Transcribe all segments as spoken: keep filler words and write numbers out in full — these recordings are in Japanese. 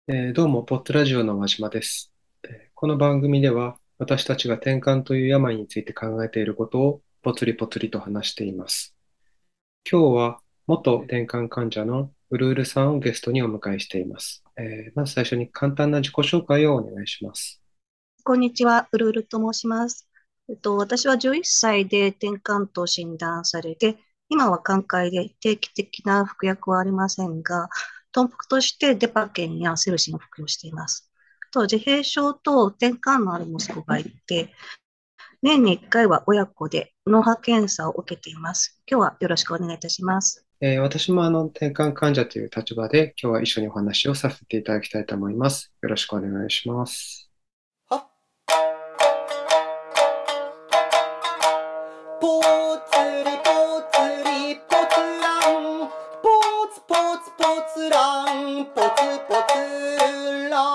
えーどうも、ポッドラジオの和島です。えーこの番組では、私たちが転換という病について考えていることをぽつりぽつりと話しています。今日は、元転換患者のうるうるさんをゲストにお迎えしています。えーまず最初に簡単な自己紹介をお願いします。 こんにちは、うるうると申します。えっと、私はじゅういっさいで転換と診断されて、今は寛解で定期的な服薬はありませんが、豚腹としてデパケンやセルシンを服用しています。と、自閉症と転換のある息子がいて、年にいっかいは親子で脳波検査を受けています。今日はよろしくお願いいたします。 えー私もあの転換患者という立場で今日は一緒にお話をさせていただきたいと思います。よろしくお願いします。 はぽつりぽつりぽつらんぽつぽつぽつらんぽつぽつら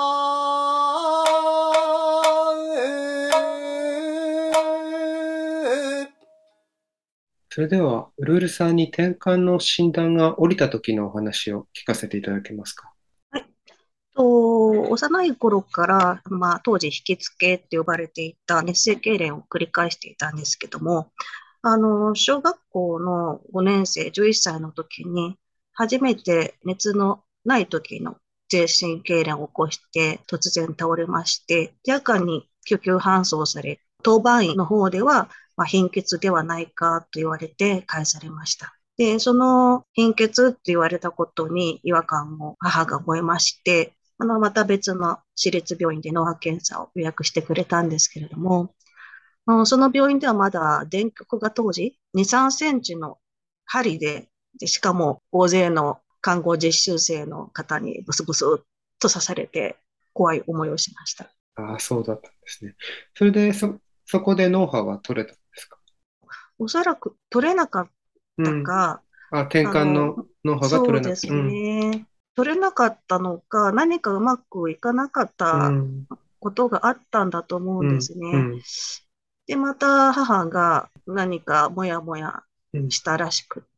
んそれでは、うるうるさんに転換の診断が下りた時のお話を聞かせていただけますか？ はい。と、幼い頃から、まあ、当時、引きつけって呼ばれていた熱性痙攣を繰り返していたんですけども、あの、小学校のごねん生、じゅういっさいの時に、初めて熱のない時の全身痙攣を起こして、突然倒れまして、夜間に救急搬送され、当番員の方では、まあ、貧血ではないかと言われて返されました。で、その貧血って言われたことに違和感を母が覚えまして、あの、また別の私立病院で脳波検査を予約してくれたんですけれども、うん、その病院ではまだ電極が当時に、さんセンチの針で、で、しかも大勢の看護実習生の方にブスブスっと刺されて怖い思いをしました。 ああ、そうだったんですね。それで、そ、そこで脳波は取れたんですか？ おそらく取れなかったうん。 か、 あ、転あの、 換の脳波が取れなく、 そうですうん。 ね。取れなかったのか、何かうまくいかなかっうたん。 ことがあったんだと思うんでうん。 すね。 うん。 で、また母が何かもやもやうん。 したらしくって、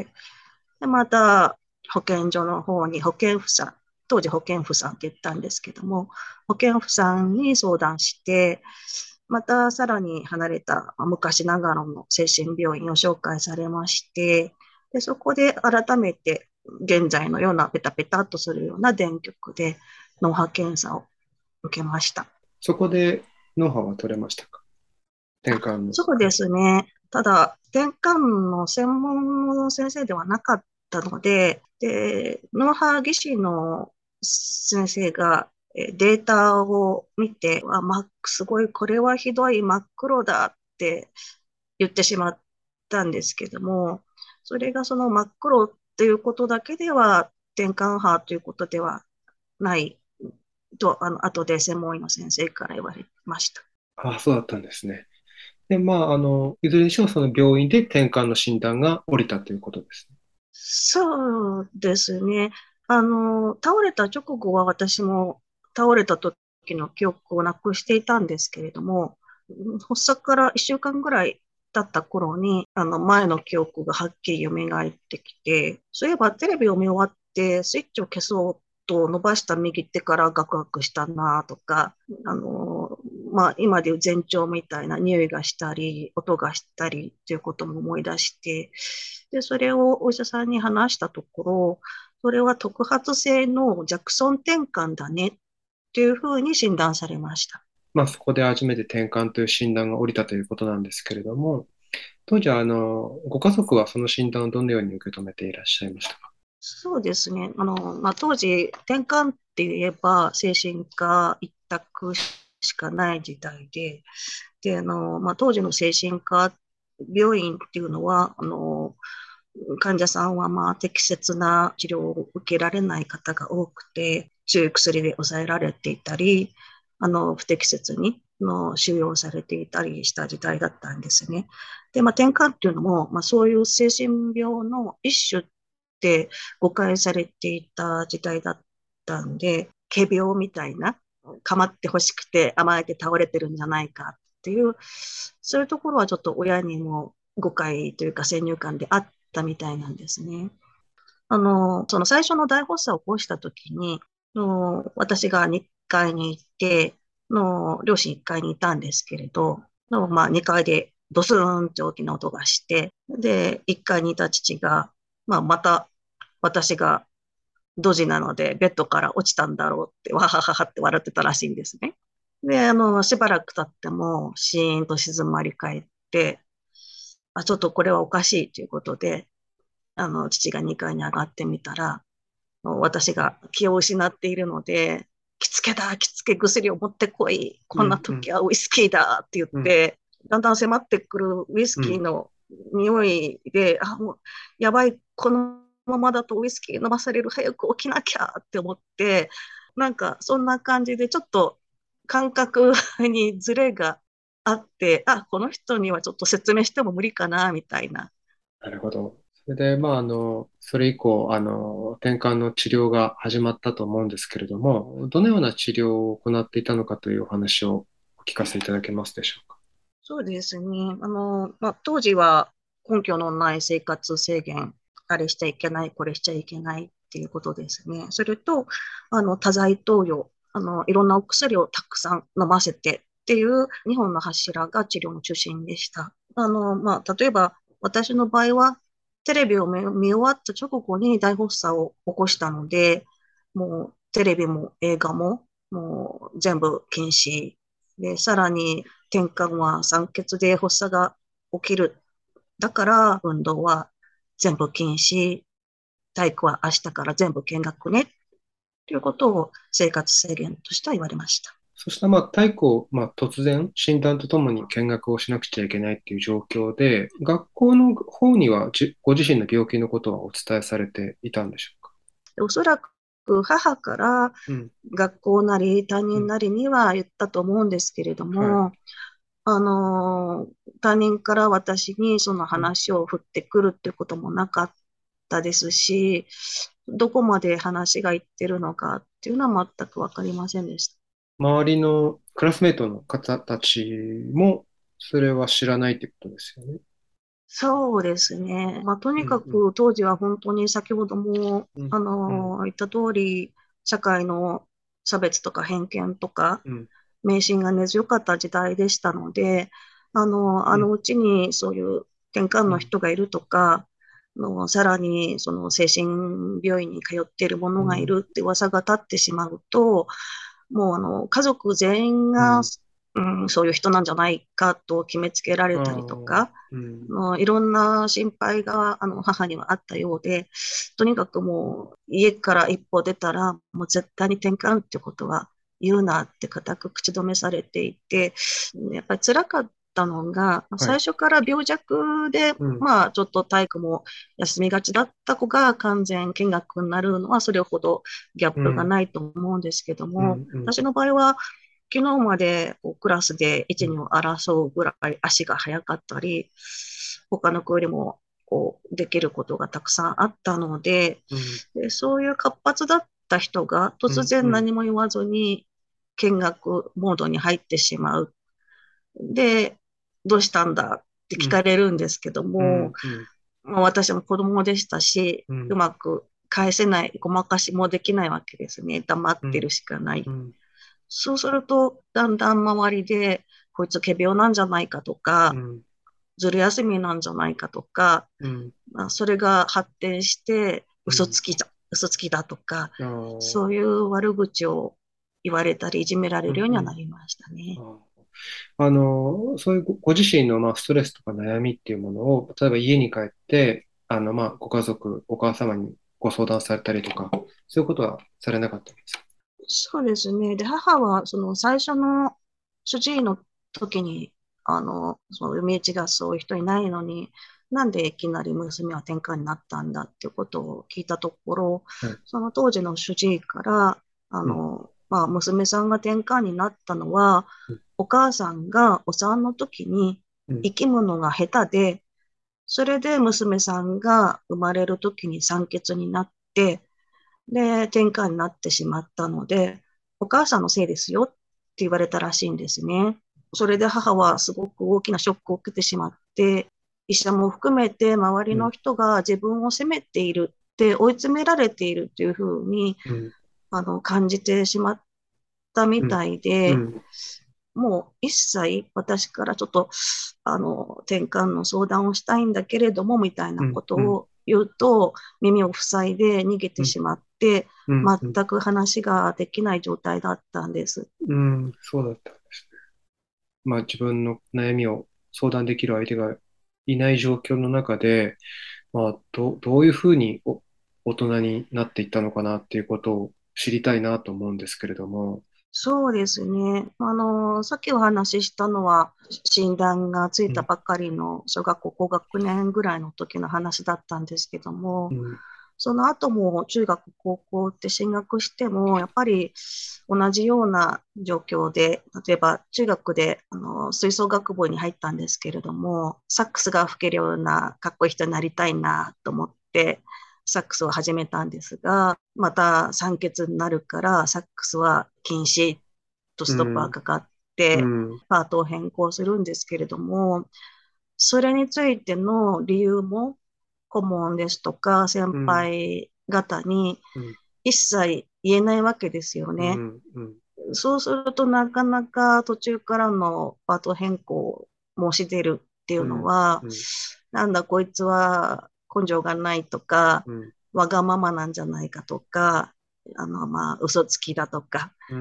で、また保健所の方に保健婦さん、当時保健婦さんって言ったんですけども、保健婦さんに相談して、またさらに離れた昔ながらの精神病院を紹介されまして、で、そこで改めて現在のようなペタペタっとするような電極で脳波検査を受けました。 そこで脳波は取れましたか？転換の。 そうですね。ただ、転換の専門の先生ではなかったので、で、脳波技師の先生がえデータを見て、あ、ま、すごい、これはひどい、真っ黒だって言ってしまったんですけども、それがその真っ黒っていうことだけでは、転換波ということではないと、あの、後で専門医の先生から言われました。 ああ、そうだったんですね。で、まあ、あの、いずれにしろその病院で転換の診断が下りたということですね。 そうですね。あの、倒れた直後は私も倒れた時の記憶をなくしていたんですけれども、うん発作からいっしゅうかんぐらい経った頃に、あの、前の記憶がはっきり蘇ってきて、そういえばテレビを見終わってスイッチを消そうと伸ばした右手からガクガクしたなとか、あの、まあ、今でいう前兆みたいな匂いがしたり、音がしたりっていうことも思い出して、で、それをお医者さんに話したところ、それは特発性の弱損転換だねっていうふうに診断されました。 まあ、そこで初めて転換という診断が下りたということなんですけれども、当時は、あの、ご家族はその診断をどのように受け止めていらっしゃいましたか？ そうですね。あの、まあ、当時、転換って言えば精神科一択しかない時代で、で、あの、まあ、当時の精神科病院っていうのは、あの、患者さんはまあ適切な治療を受けられない方が多くて、強い薬で抑えられていたり、あの、不適切にの収容されていたりした時代だったんですね。で、まあ、転換っていうのも、まあ、そういう精神病の一種って誤解されていた時代だったんで、仮病みたいな、構ってほしくて甘えて倒れてるんじゃないかっていう、そういうところはちょっと親にも誤解というか先入観であったみたいなんですね。あの、その最初の大発作を起こした時に、 の私がにかいに行って、の両親いっかいにいたんですけれど、のまあ、にかいでドスーンって大きな音がして、で、いっかいにいた父が、まあ、また私がドジなのでベッドから落ちたんだろうって、わはははって笑ってたらしいんですね。で、あの、しばらく経ってもシーンと静まり返って、あ、ちょっとこれはおかしいということで、あの、父がにかいに上がってみたら、私が気を失っているので、着付けだ、着付け薬を持ってこい。こんなうんうん。 時はウイスキーだって言っうん。 て、だんだん迫ってくるウイスうん。 キーの匂いで、あ、もう、やばい、このままだとウイスキー飲まされる、早く起きなきゃって思って、なんかそんな感じでちょっと感覚にズレがあって、あ、この人にはちょっと説明しても無理かな、みたいな。 なるほど。それで、まあ、あの、それ以降、あの、転換の治療が始まったと思うんですけれども、どのような治療を行っていたのかというお話をお聞かせいただけますでしょうか。 そうですね。あの、まあ、当時は根拠のない生活制限、あれしちゃいけない、これしちゃいけないっていうことですね。それと、あの、多剤投与、あの、いろんなお薬をたくさん飲ませてっていうにほんの柱が治療の中心でした。あの、まあ、例えば私の場合は、テレビを見見終わった直後に大発作を起こしたので、もうテレビも映画ももう全部禁止。で、さらに転換は酸欠で発作が起きる。だから運動は全部禁止。体育は明日から全部見学ね。ということを生活制限としては言われました。 そしたら、まあ、体育を、まあ、突然、診断とともに見学をしなくちゃいけないっていう状況で、学校の方にはじ、ご自身の病気のことはお伝えされていたんでしょうか。 おそらく母からうん。 学校なり担うん。 任なりには言ったと思うんですけれどはい。 も、あの、担任から私にそのうん。 話を振ってくるってこともなかったですし、どこまで話がいってるのかっていうのは全くわかりませんでした。 周りのクラスメートの方たちも、それは知らないってことですよね。 そうですね。まあ、とにかうんうん。 く当時は本当に先ほども、 うんあうん。 の、言った通り、社会の差別とか偏見とか、 うん。 迷信が根強かった時代でしたので、あの、 うん。 あのうちにそういう転換のうん。 人がいるとか、のさらにその精神病院に通っている者がいうん。 るって噂が立ってしまうと、もうあの家族全員が、 うん。 うん、そういう人なんじゃないかと決めつけらああ。 れたりとか、 うん。 のいろんな心配があの母にはあったようで、とにかくもう家から一歩出たら、もう絶対に転換ってことは言うなって固く口止めされていて、やっぱり辛かったのが、 はい。 最初から病弱で、 うん。 まあちょっと体育も休みがちだった子が完全見学になるのはそれほどギャップがうん。 ないと思うんですけども、 うん。うん。 私の場合は昨日までこうクラスでうん。 一、二を争うぐらい足が速かったり、他の子よりもこうできることがたくさんあったので、 うん。 でそういう活発だった人がうん。う突然ん。 何も言わずに見学モードに入ってしまう。で、どうしたんだって聞かれるんですけども、 うん。うん。 まあ、私も子供でしたし、 うん。 うまく返せない、ごまかしもできないわけですね。黙っうん。 てるしかない。 うん。 そうすると、だんだん周りで、こいつ仮病なんじゃないかとか、 うん。 ずる休みなんじゃないかとか、 うん。 まあ、それが発展してうん。 嘘つきだ、嘘つきだとか、 ああ。 そういう悪口を言われたり、いじめられるようにはなうん。 りましたね。 うん。ああ。あの、そういうごご自身の、まあ、ストレスとか悩みっていうものを、例えば家に帰って、あの、まあ、ご家族、お母様にご相談されたりとか、そういうことはされなかったんですか。 そうですね。で、母は、その最初の主治医の時に、あの、その身内がそういう人いないのに、なんでいきなり娘は転換になったんだっていうことを聞いたところ、 はい。 その当時の主治医から、あうん。 の、まあ、娘さんが転換になったのは、 うん。 お母さんがお産の時にうん。 生き物が下手で、それで娘さんが生まれる時に産欠になって、で、転換になってしまったので、お母さんのせいですよって言われたらしいんですね。それで母はすごく大きなショックを受けてしまって、医者も含めて周りうん。 の人が自分を責めているって追い詰められているっていうふうに、 うん。 あの、感じてしまったみうん。 たいうで、 ん。 もう一切私からちょっと、あの、転換の相談をしたいんだけれども、みたいなこうん。うん。 とを言うと、耳を塞いで逃げてうん。 しまって、 うん。うん。 全く話ができない状態だったんです。 うん。そうだったんですね。まあ自分の悩みを相談できる相手がいない状況の中で、まあど、どういうふうにお大人になっていったのかなっていうことを知りたいなと思うんですけれども。 そうですね。あの、さっきお話ししたのは、診断がついうん。 たばっかりの小学校高学年ぐらいの時の話だったんですけども、 うん。 その後も中学、高校って進学しても、やっぱり同じような状況で、例えば中学であの吹奏楽部に入ったんですけれども、サックスが吹けるようなかっこいい人になりたいなと思って、サックスを始めたんですが、また酸欠になるからサックスは禁止とストップがうん。 かかっうて、 ん。 パートを変更するんですけれども、それについての理由も顧問ですとか先うん。 輩方にうん。 一切言えないわけですよね。 うん。うん。 そうするとなかなか途中からのパート変更を申し出るっていうのうん。 は、 うん。 なんだこいつは根性がないとか、 うん。 わがままなんじゃないかとか、あの、まあ、嘘つきだとか、 うん。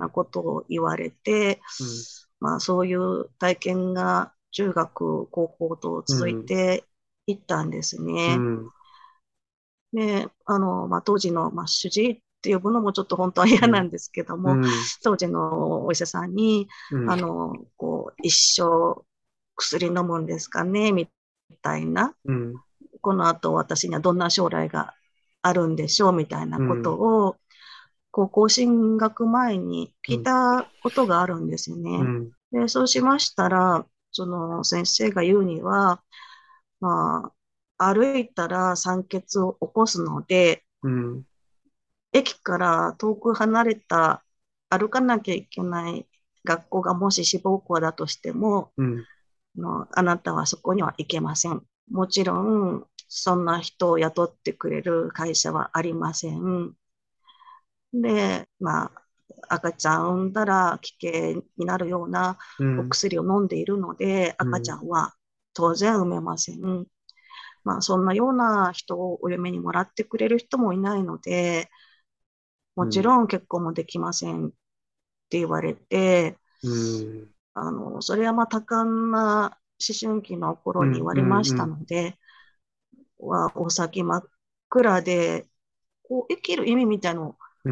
いろんなことを言われて、 うん。 まあ、そういう体験が中学、高校と続いうん。 ていったんですね。 うん。 で、あの、まあ、当時の、まあ、主治医って呼ぶのもちょっと本当は嫌うん。 なんですけども、 うん。 当時のお医者さんに、 うん。 あの、こう、一生薬飲むんですかね、みたいな、 うん。 この後私にはどんな将来があるんでしょう、みたいなことうん。 を、高校進学前に聞いうん。 たことがあるんですよね。 うん。 で、そうしましたら、その先生が言うには、まあ、歩いたら酸欠を起こすので、 うん。 駅から遠く離れた歩かなきゃいけない学校がもし志望校だとしても、 うん。 のあなたはそこには行けません。もちろん、そんな人を雇ってくれる会社はありません。で、まあ、赤ちゃん産んだら危険になるようなおうん。 薬を飲んでいるので、赤ちゃんは当然産めません。まあ、そんなような人をお嫁にもらってくれる人もいないので、もちろん結婚もできませんって言われて、 うん。 あの、それはまあ多感な思春期の頃に言うん。 われましたうん。 ので、はお先真っ暗で、こう生きる意味みたいのをうん。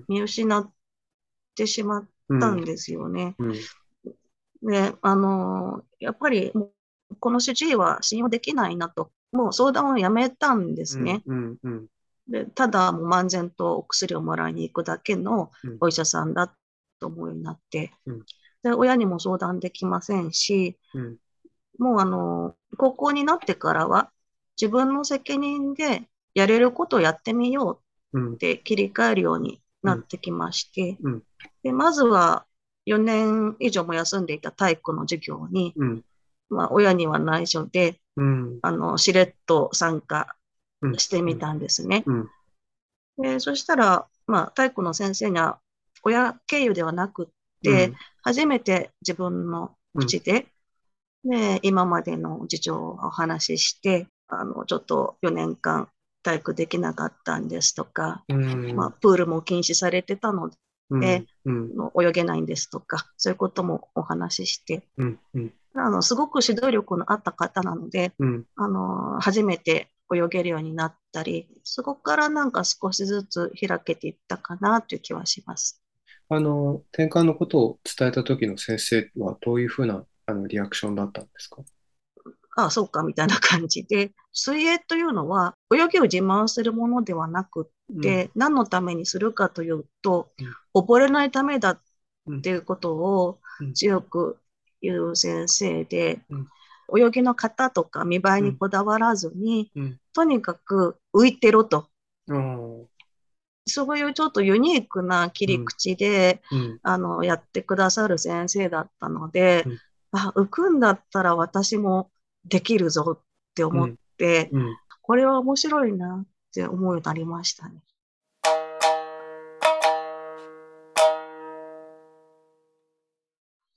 見失ってしまったんですよね。 うん。 で、あの、やっぱりもうこの主治医は信用できないなと、もう相談をやめたんでうん。 すね。 うん。うん。 で、ただもう漫然とお薬をもらいに行くだけのうん。 お医者さんだと思うようになって、 うん。 で、親にも相談できませんし、 うん。 もうあの、高校になってからは自分の責任でやれることをやってみよううん。 って切り替えるようにうん。 なってきまして、 うん。 で、まずはよねん以上も休んでいた体育の授業に、 うん。 まあ、親には内緒で、 うん。 あの、しれっと参加うん。 してみたんですね。 うん。 で、そしたら、まあ、体育の先生には親経由ではなくって、 うん。 初めて自分のうん。 口で、で、今までの事情をお話しして、あの、ちょっとよねんかん体育できなかったんですとか、 うん。 まあ、プールも禁止されてたので、 うん。うん。 泳げないんですとか、そういうこともお話しして、 うん。うん。 あの、すごく指導力のあった方なので、 うん。 あの、初めて泳げるようになったり、そこからなんか少しずつ開けていったかなという気はします。 あの、転換のことを伝えた時の先生はどういうふうな、あの、リアクションだったんですか？ ああ、そうか、みたいな感じで、水泳というのは泳ぎを自慢するものではなくっうん。 て、何のためにするかというと、 うん。 溺れないためだっうん。 ていうことをうん。 強く言う先生で、 うん。 泳ぎの型とか見栄えうん。 にこだわらずに、 うん。 とにかく浮いてろと。 ああ。 そういうちょっとユニークな切りうん。 口で、 うん。 あの、やってくださる先生だったので、 うん。 あ、浮くんだったら私もできるぞって思っうん。 て、 うん。 これは面白いなって思うようになりましたね。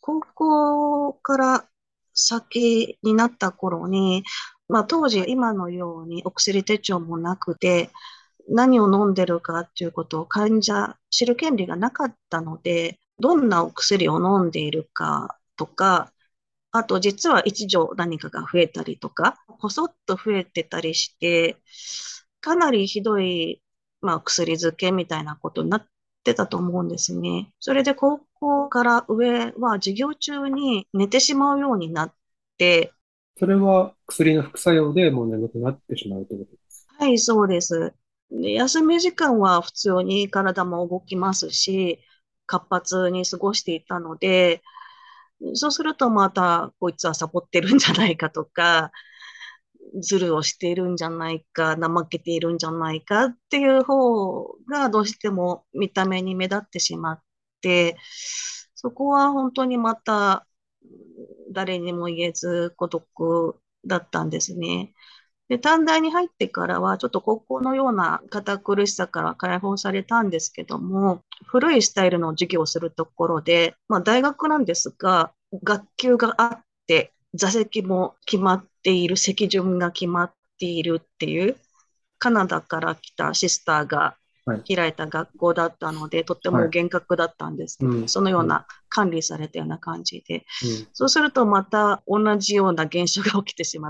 高校から先になった頃に、まあ当時今のようにお薬手帳もなくて、何を飲んでるかっていうことを患者知る権利がなかったので、どんなお薬を飲んでいるかとか、あと実は一錠何かが増えたりとか、こそっと増えてたりして、かなりひどい、まあ、薬漬けみたいなことになってたと思うんですね。それで高校から上は授業中に寝てしまうようになって、 それは薬の副作用でもう眠くなってしまうということです。 はい、そうです。で、休み時間は普通に体も動きますし、活発に過ごしていたので、そうするとまた、こいつはサボってるんじゃないかとか、ズルをしているんじゃないか、怠けているんじゃないかっていう方がどうしても見た目に目立ってしまって、そこは本当にまた誰にも言えず孤独だったんですね。で、短大に入ってからは、ちょっと高校のような堅苦しさから解放されたんですけども、古いスタイルの授業をするところで、まあ大学なんですが、学級があって、座席も決まっている、席順が決まっているっていう、カナダから来たシスターがはい。 開いた学校だったので、とってもはい。 厳格だったんですけど、 うん。 そのよううん。 な管理されたような感じで、 うん。 そうするとまた同じような現象が起きてしまって、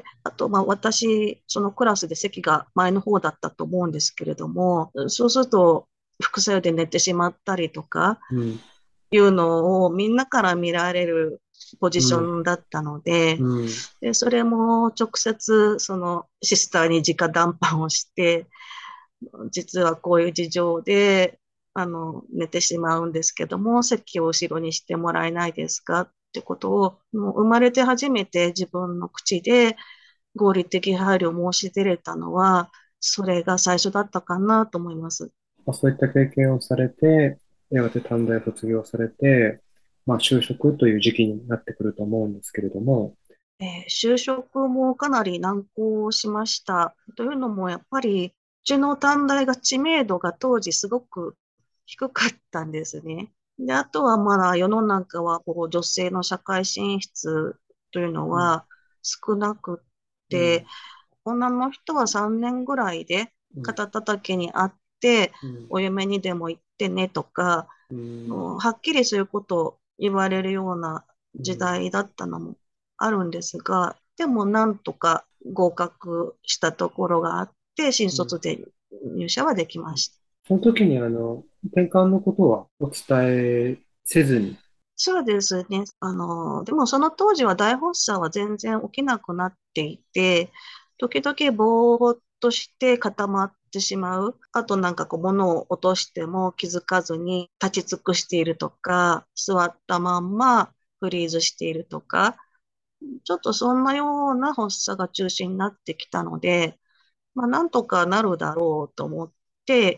あと、まあ私、そのクラスで席が前の方だったと思うんですけれども、そうすると副作用で寝てしまったりとかうん。 いうのをみんなから見られるポジショうん。 ンだったので、 うん。 で、それも直接そのシスターに直談判をして、実はこういう事情で、あの、寝てしまうんですけども、席を後ろにしてもらえないですかってことを、もう生まれて初めて自分の口で合理的配慮を申し出れたのは、それが最初だったかなと思います。 まあ、そういった経験をされて、やがて短大を卒業されて、まあ、就職という時期になってくると思うんですけれども、 えー就職もかなり難航しました。というのも、やっぱり、うちの短大が知名度が当時すごく低かったんですね。で、あとはまだ世の中はこう女性の社会進出というのうん。 は少なくっうん。 て、女の人はさんねんぐらいでうん。 肩叩きにあって、 うん。 お嫁にでも行ってねとか、 うん。 もうはっきりそういうことを言われるような時うん。 代だったのもあるんですが、でもなんとか合格したところがあって、新うん。 卒で入社はできました。 その時に、あの、転換のことはお伝えせずに、 そうですね。あの、でもその当時は大発作は全然起きなくなっていて、時々ぼーっとして固まってしまう。あとなんかこう物を落としても気づかずに立ち尽くしているとか、座ったまんまフリーズしているとか、ちょっとそんなような発作が中心になってきたので、まあなんとかなるだろうと思って、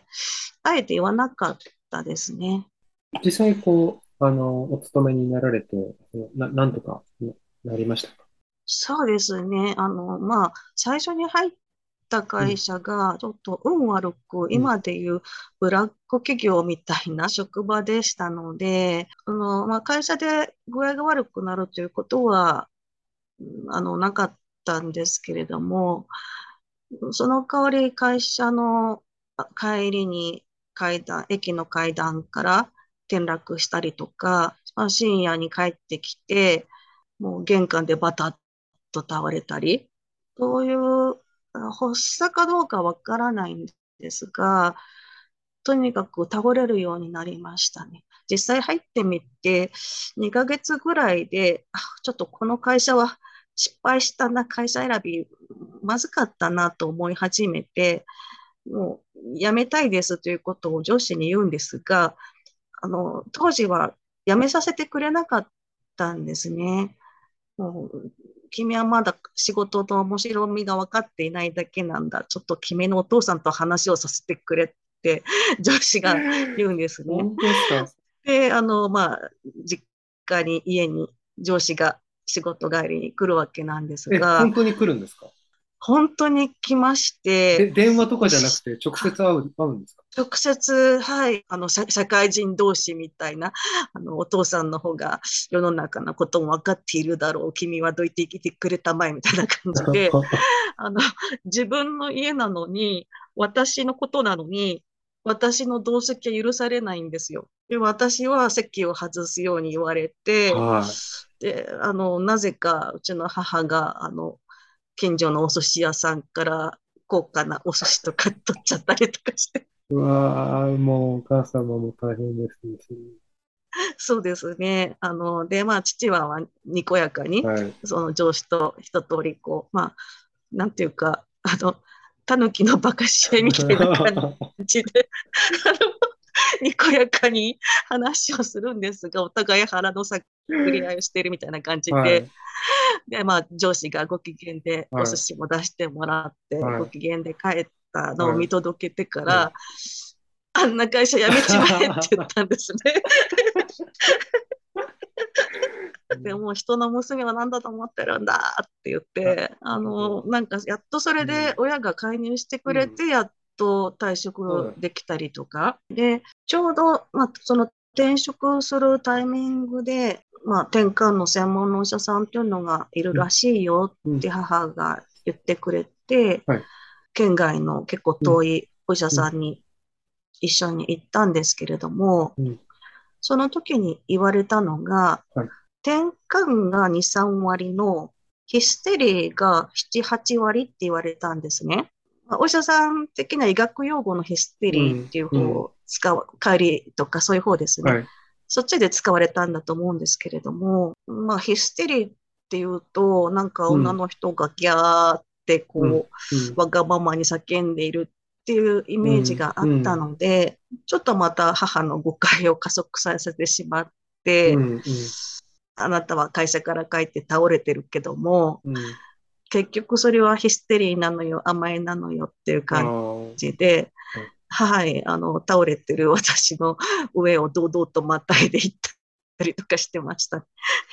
あえて言わなかったですね。 実際、こう、あの、お勤めになられて、な、なんとかななりましたか？ そうですね。あの、まあ、最初に入ったうん。 会社が、ちょっと運悪く、 うん。 今でいうブラック企業みたいな職場でしたので、あの、まあ、会社で具合が悪くなるということは、うんあの、なかったんですけれども、その代わり会社のあ帰りに階段、駅の階段から転落したりとか、まあ深夜に帰ってきて、もう玄関でバタッと倒れたり、そういうあ発作かどうかわからないんですが、とにかく倒れるようになりましたね。実際入ってみて、にかげつぐらいで、あ、ちょっとこの会社は失敗したな、会社選び、まずかったなと思い始めて、もう辞めたいですということを上司に言うんですが、あの、当時は辞めさせてくれなかったんですね。もう君はまだ仕事の面白みが分かっていないだけなんだ。ちょっと君のお父さんと話をさせてくれって上司が言うんですね。 本当ですか？ で、あの、まあ、実家に、家に上司が仕事帰りに来るわけなんですえ、 が、 本当に来るんですか？ 本当に来ましで、 て、 電話とかじゃなくて直接会う、会うんですか？ 直接、はい、あの、社社会人同士みたいな、あの、お父さんの方が世の中のことも分かっているだろう、君はどいてきてくれたまえ、みたいな感じで、あの、自分の家なのに、私のことなのに、私の同席は許されないんですよ。で、私は席を外すように言われて、 はで、あの、なぜかうちの母が、あの、近所のお寿司屋さんから高価なお寿司とか取っちゃったりとかして、 い。うわー、もうお母様も大変ですね。 そうですね。あの、で、まあ、父はまあにこやかに、 はい。 その上司と一通り、こう、まあ、なんていうか、あの、タヌキの馬鹿し合いみたいな感じで、あの、にこやかに話をするんですが、お互い腹の探り合いをしているみたいな感じで、 はい。 で、まあ、上司がご機嫌でお寿はい。 司も出してもらって、 はい。 ご機嫌で帰ったのをはい。 見届けてかはい。 ら、あんな会社辞めちまえって言ったんですね。でもう人の娘は何だと思ってるんだって言っあ、なて、あるほの、 ど。 なんかやっとそれでうん。 親が介入してくうん。 れて、やっと退そうだ。 職できたりとか。で、ちょうど、まあ、その転職するタイミングで、まあ、転換の専門のお医者さんっていうのがいるらうん。 しいようん。 って母が言ってくれて、 はい。 県外の結構うん。 遠いお医者うん。 さんに一緒に行ったんですけれども、 うん。 その時に言われたのが、 はい。 転換がに、さん割のヒステリーがなな、はち割って言われたんですね。まあお医者さん的な医学用語のヒステうん。 リーっていううん。 方を使う、帰りとかそういう方ですね。 はい。 そっちで使われたんだと思うんですけれども、まあヒステリーっていうと、なんか女うん。 の人がギャーってうん。 こうん。 う、わがままに叫んでいるっていうイメージうん。 があったうん。 ので、ちょっとまた母の誤解を加速させてしまって、 うん。うん。 あなたは会社から帰って倒れてるけども、 うん。 結局それはヒステリーなのよ、甘えなのよっていうあ感あ。 じで、 はい。 はい、あの、倒れてる私の上を堂々とまたいでいったりとかしてました。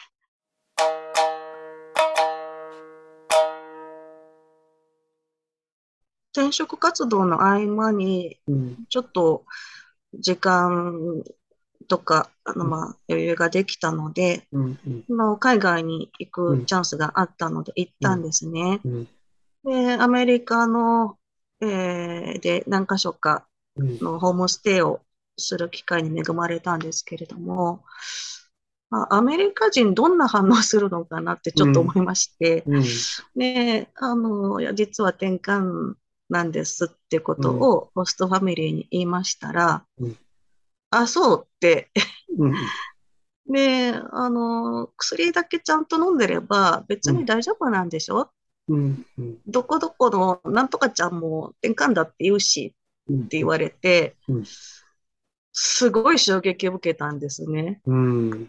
転職活動の合間に、 うん。 ちょっと時間とか、あの、 うん。 まあ、余裕ができたので、 うん。うん。 まあ、海外に行うん。 くチャンスがあったので行ったんうん。 ですね。 うん。 で、アメリカの、えーで何箇所かうん。 のホームステイをする機会に恵まれたんですけれども、まあ、アメリカ人どんな反応するのかなってちょっと思いまして、 うん。 で、あの、いや、実は転換なんですってことうん。 をホストファミリーに言いましたら、 うん。 あ、そうって、 うん。 で、あの、薬だけちゃんと飲んでれば別にうん。 大丈夫なんでしょ、 うん。うん。 どこどこのなんとかちゃんも転換だって言うしうん。 って言われて、 うん。 すごい衝撃を受けたんですね。 うん。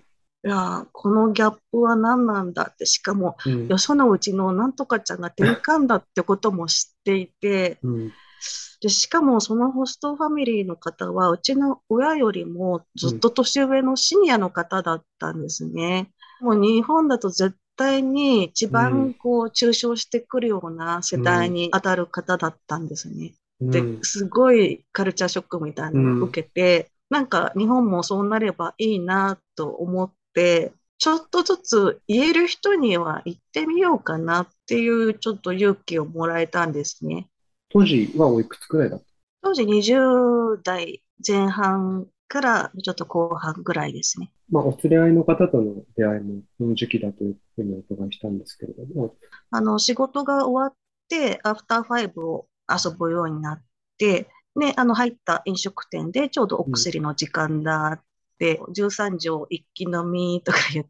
いやー、このギャップは何なんだって、しかも、 うん。 よそのうちのなんとかちゃんが転換だってことも知っていて、 うん。 で、しかもそのホストファミリーの方は、うちの親よりもずっうん。 と年上のシニアの方だったんですね。もう日本だと絶対に一うん。 番こう抽象してくるような世うん。 代に当たる方だったんですね。で、 うん。 すごいカルチャーショックみたいなのをうん。 受けて、なんか日本もそうなればいいなと思って、ちょっとずつ言える人には言ってみようかなっていうちょっと勇気をもらえたんですね。 当時はおいくつくらいだった？ 当時にじゅう代前半からちょっと後半ぐらいですね。 まあ、お連れ合いの方との出会いもこの時期だというふうにお伺いしたんですけれども。 あの、仕事が終わって、アフターファイブを遊ぶようになって、で、あの、入った飲食店でちょうどおうん。 薬の時間だって、じゅうさん錠一気飲みとか言って、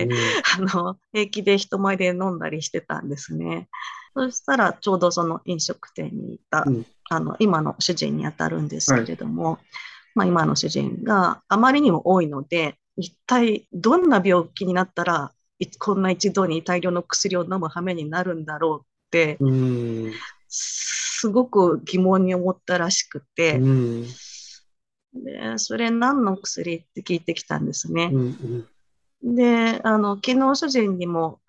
うん。 あの、平気で人前で飲んだりしてたんですね。そしたら、ちょうどその飲食店にいた、 うん。 あの、今の主人にあたるんですけはい。 れども、まあ、今の主人があまりにも多いので、一体どんな病気になったら、いこんな一度に大量の薬を飲む羽目になるんだろうって、 うん。 すごく疑問に思ったらしくうて、 ん。 で、それ何の薬って聞いてきたんですね。 うん。 で、あの、昨日主人にも、あの、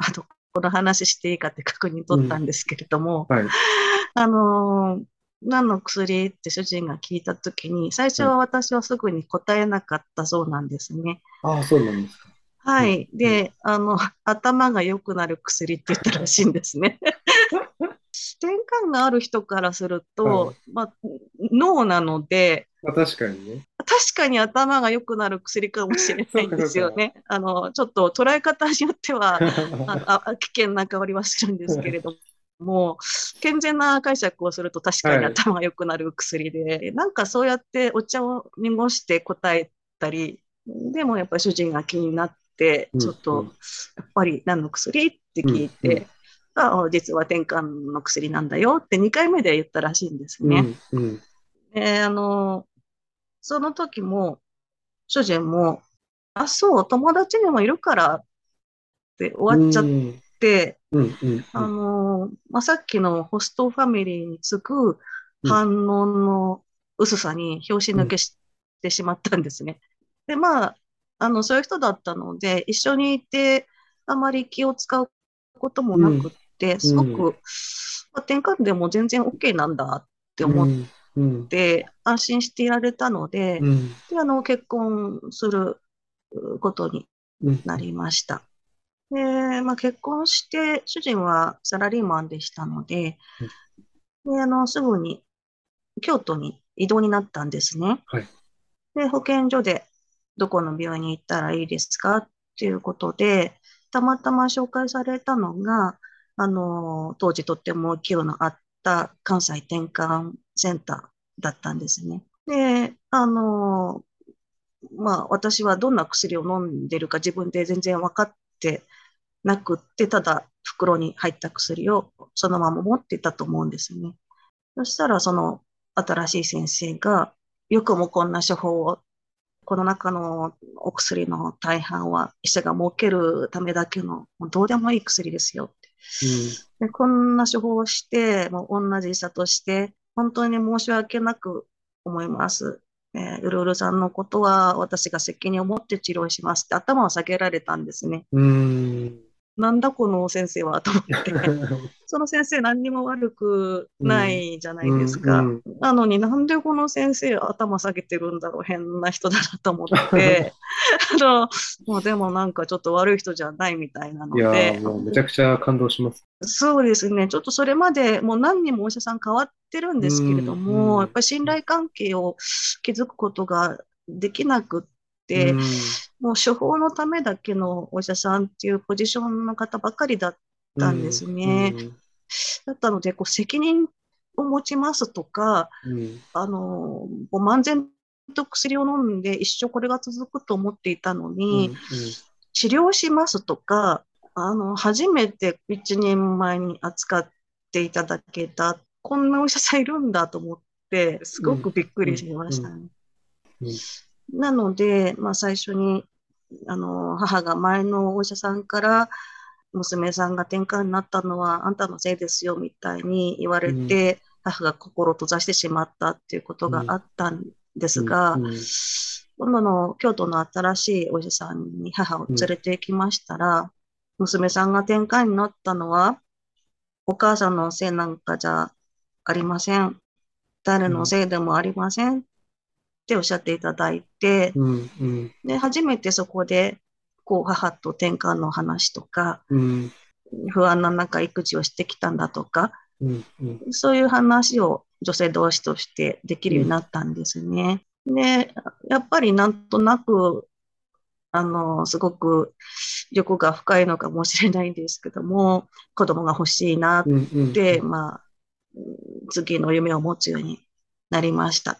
この話していいかって確認取ったんうん。 ですけれども、 はい。 あのー何の薬って主人が聞いたときに、最初はい。 は私はすぐに答えなかったそうなんですね。 ああ、そうなんですか。うん。 はい。 うん。 で、あの、頭が良くなる薬って言ったらしいんですね。転換がある人からすると、 はい。 まあ、脳なので、 まあ、確かにね。 確かに頭が良くなる薬かもしれそうか、 ないんでそうか。 すよね。あの、ちょっと捉え方によっては、あの、あ、危険な香りはするんですけれども、健全な解釈をすると確かにはい。 頭が良くなる薬で、なんかそうやってお茶を濁して答えたり、でもやっぱり主人が気になって、 うん。 ちょっと、 うん。 やっぱり何の薬ってうん。うん。 聞いて、あ、実は転換の薬なんだよってにかいめで言ったらしいんですね。 うん。うん。 で、あの、その時も、主人も、あ、そう、友達にもいるからってう終わっちゃっん。 て、 うん。うん。うあん。 のーまあ、さっきのホストファミリーに次ぐうん。 反応の薄さに拍子うん。 抜けしてしまったんですね。で、まあ、あの、そういう人だったので、一緒にいて、あまり気を使うこともうん。 なくって、すごうん。 く、まあ、転換でも全然 OK なんだって思っうん。うん。 て、安心していられたので、 うん。 で、あの、結婚することにうん。 なりました。で、まあ、結婚して、主人はサラリーマンでしたので、で、あの、すぐに京都に移動になったんですね。 はい。 で、保健所でどこの病院に行ったらいいですかっていうことで、たまたま紹介されたのが、あの、当時とっても勢いのあった関西転換センターだったんですね。で、あの、まあ、私はどんな薬を飲んでるか自分で全然分かってなくって、ただ袋に入った薬をそのまま持っていたと思うんですね。そしたら、その新しい先生が、よくもこんな処方を、この中のお薬の大半は医者が儲けるためだけの、もうどうでもいい薬ですよって。 うん。 で、こんな処方をして、もう同じ医者として、本当に申し訳なく思います。えー、うるうるさんのことは私が責任を持って治療しますって頭を下げられたんですね。 うん。 なんだこの先生はと思って。その先生何にも悪くなうん。 いじゃないうん。 ですか。 うん。 なのになんでこの先生頭下げてるんだろう、変な人だなと思って、あの、もうでもなんかちょっと悪い人じゃないみたいないやー、 ので、 もうめちゃくちゃ感動します。 そうですね、ちょっとそれまでもう何人もお医者さん変わってるんうですけれどん。うも、やっん。 ぱり信頼関係を築くことができなくって、 うん。 もう処方のためだけのお医者さんっていうポジションの方ばかりだったんでうん。 すね。 うん。 だったので、こう責任を持ちますとか、 うん。 あの、もう漫然と薬を飲んで一生これが続くと思っていたのに、 うん。うん。 治療しますとか、あの、初めて一人前に扱っていただけた、こんなお医者さんいるんだと思って、すごうん。 くびっくうん。 りしまうん。 したね。 うん。 なので、まあ最初に、あの、母が前のお医者さんから、娘さんが転換になったのはあんたのせいですよみたいに言わうん。 れて、母が心を閉ざしてしまったっていうことうん。 があったんですうん。うが、 ん。 今度の京都の新しいお医者さんに母を連れて行きましたら、娘さんが転換になったのは、お母さんのせいなんかじゃありません。誰のせいでもありませんっておっしゃっていただいて、 うん。うん。 で、初めてそこで、こう、母と転換の話とか、 うん。 不安な中育児をしてきたんだとか、 うん。うん。 そういう話を女性同士としてできるようにうん。 なったんですね。で、やっぱりなんとなく、あの、すごく欲が深いのかもしれないんですけども、子供が欲しいなっうん。うん。 て、まあ、次の夢を持つようになりました。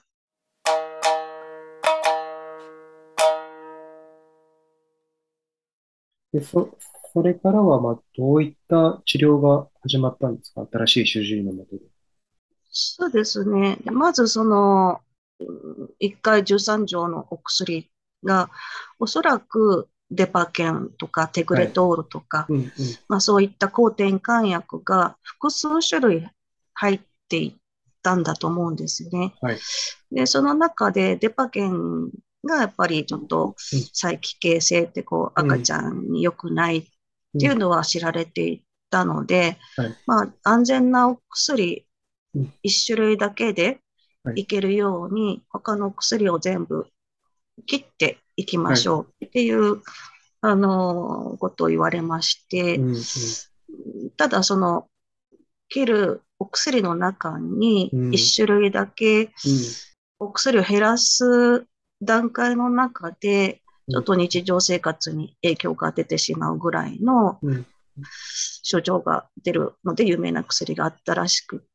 で、そ、それからは、まあ、どういった治療が始まったんですか？新しい主治医のもとで。 そうですね。まずその、いっかいじゅうさん錠のお薬が、おそらくデパケンとかテグはい。 レトールとか、 うん。うん。 まあそういった抗転換薬が複数種類入っていったんだと思うんですね。 はい。 で、その中でデパケンがやっぱりちょっとうん。 再帰形性ってこううん。 赤ちゃんに良くないっていうのは知られていたので、 はい。 まあ、安全なお薬うん一種類だけではいいけるように、他の薬を全部切っていきまはい。 しょうっていう、あの、ことを言われましうて、 んうんただその、切るお薬の中にうん一種類だけうんお薬を減らす段階の中で、ちうんょっと日常生活に影響が出てしまうぐらいのうん症状が出るので有名な薬があったらしくって、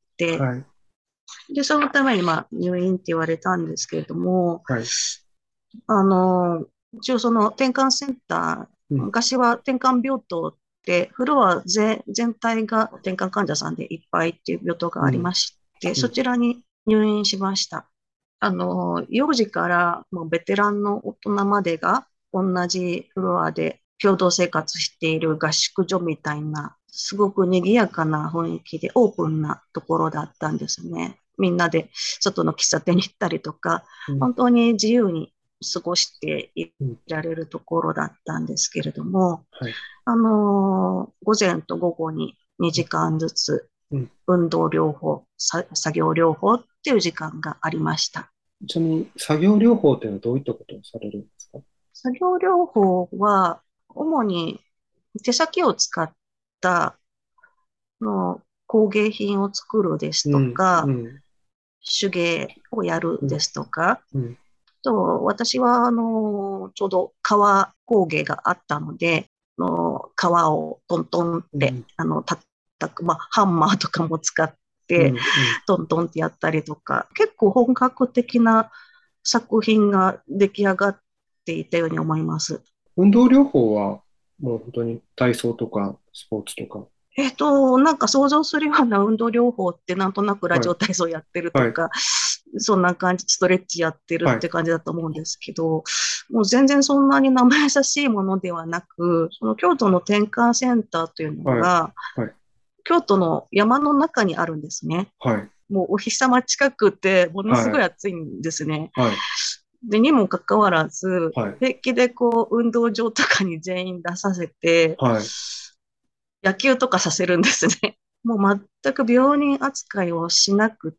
はい。 で、そのためにまあ入院って言われたんですけれども、 はい。 あの、一応その転換センター、 うん昔は転換病棟ってフロア全全体が転換患者さんでいっぱいっていう病棟がありうんまして、そうんちらに入院しました。あの、幼児からもうベテランの大人までが同じフロアで共同生活している合宿所みたいな、すごく賑やかな雰囲気でオープンなところだったんですね。みんなで外の喫茶店に行ったりとか、 うん本当に自由に過ごしていうんられるところだったんですけれども、 はい。 あのー午前と午後ににじかんずつうん運動療法、さ作業療法っていう時間がありました。 ちなみに、作業療法っていうのはどういったことをされるんですか？ 作業療法は主に手先を使ったの工芸品を作るですうん、うとか、 ん、 手芸をやるうん、 ですとか、 うん、 と私はあのちょうど革工芸があったので、あの革をトントンってうん、 あの叩く、まあ、ハンマーとかも使ってうん、うん。 トントンってやったりとか、結構本格的な作品が出来上がっていたように思います。 運動療法は、もう本当に体操とかスポーツとか。 えっと、なんか想像するような運動療法ってなんとなくラはい、 ジオ体操やってるとはい、 か、そんな感じ、ストレッチやってるはい、 って感じだと思うんですけど、もう全然そんなに生優しいものではなく、その京都の転換センターというのはい、 が、 はい、 京都の山の中にあるんですね。 はい、 もうお日様近くて、ものすごいはい、 暑いんですね。 はい、 で、にもかかわらず、 はい、 平気でこう、運動場とかに全員出させて、 はい、 野球とかさせるんですね。もう全く病人扱いをしなくって、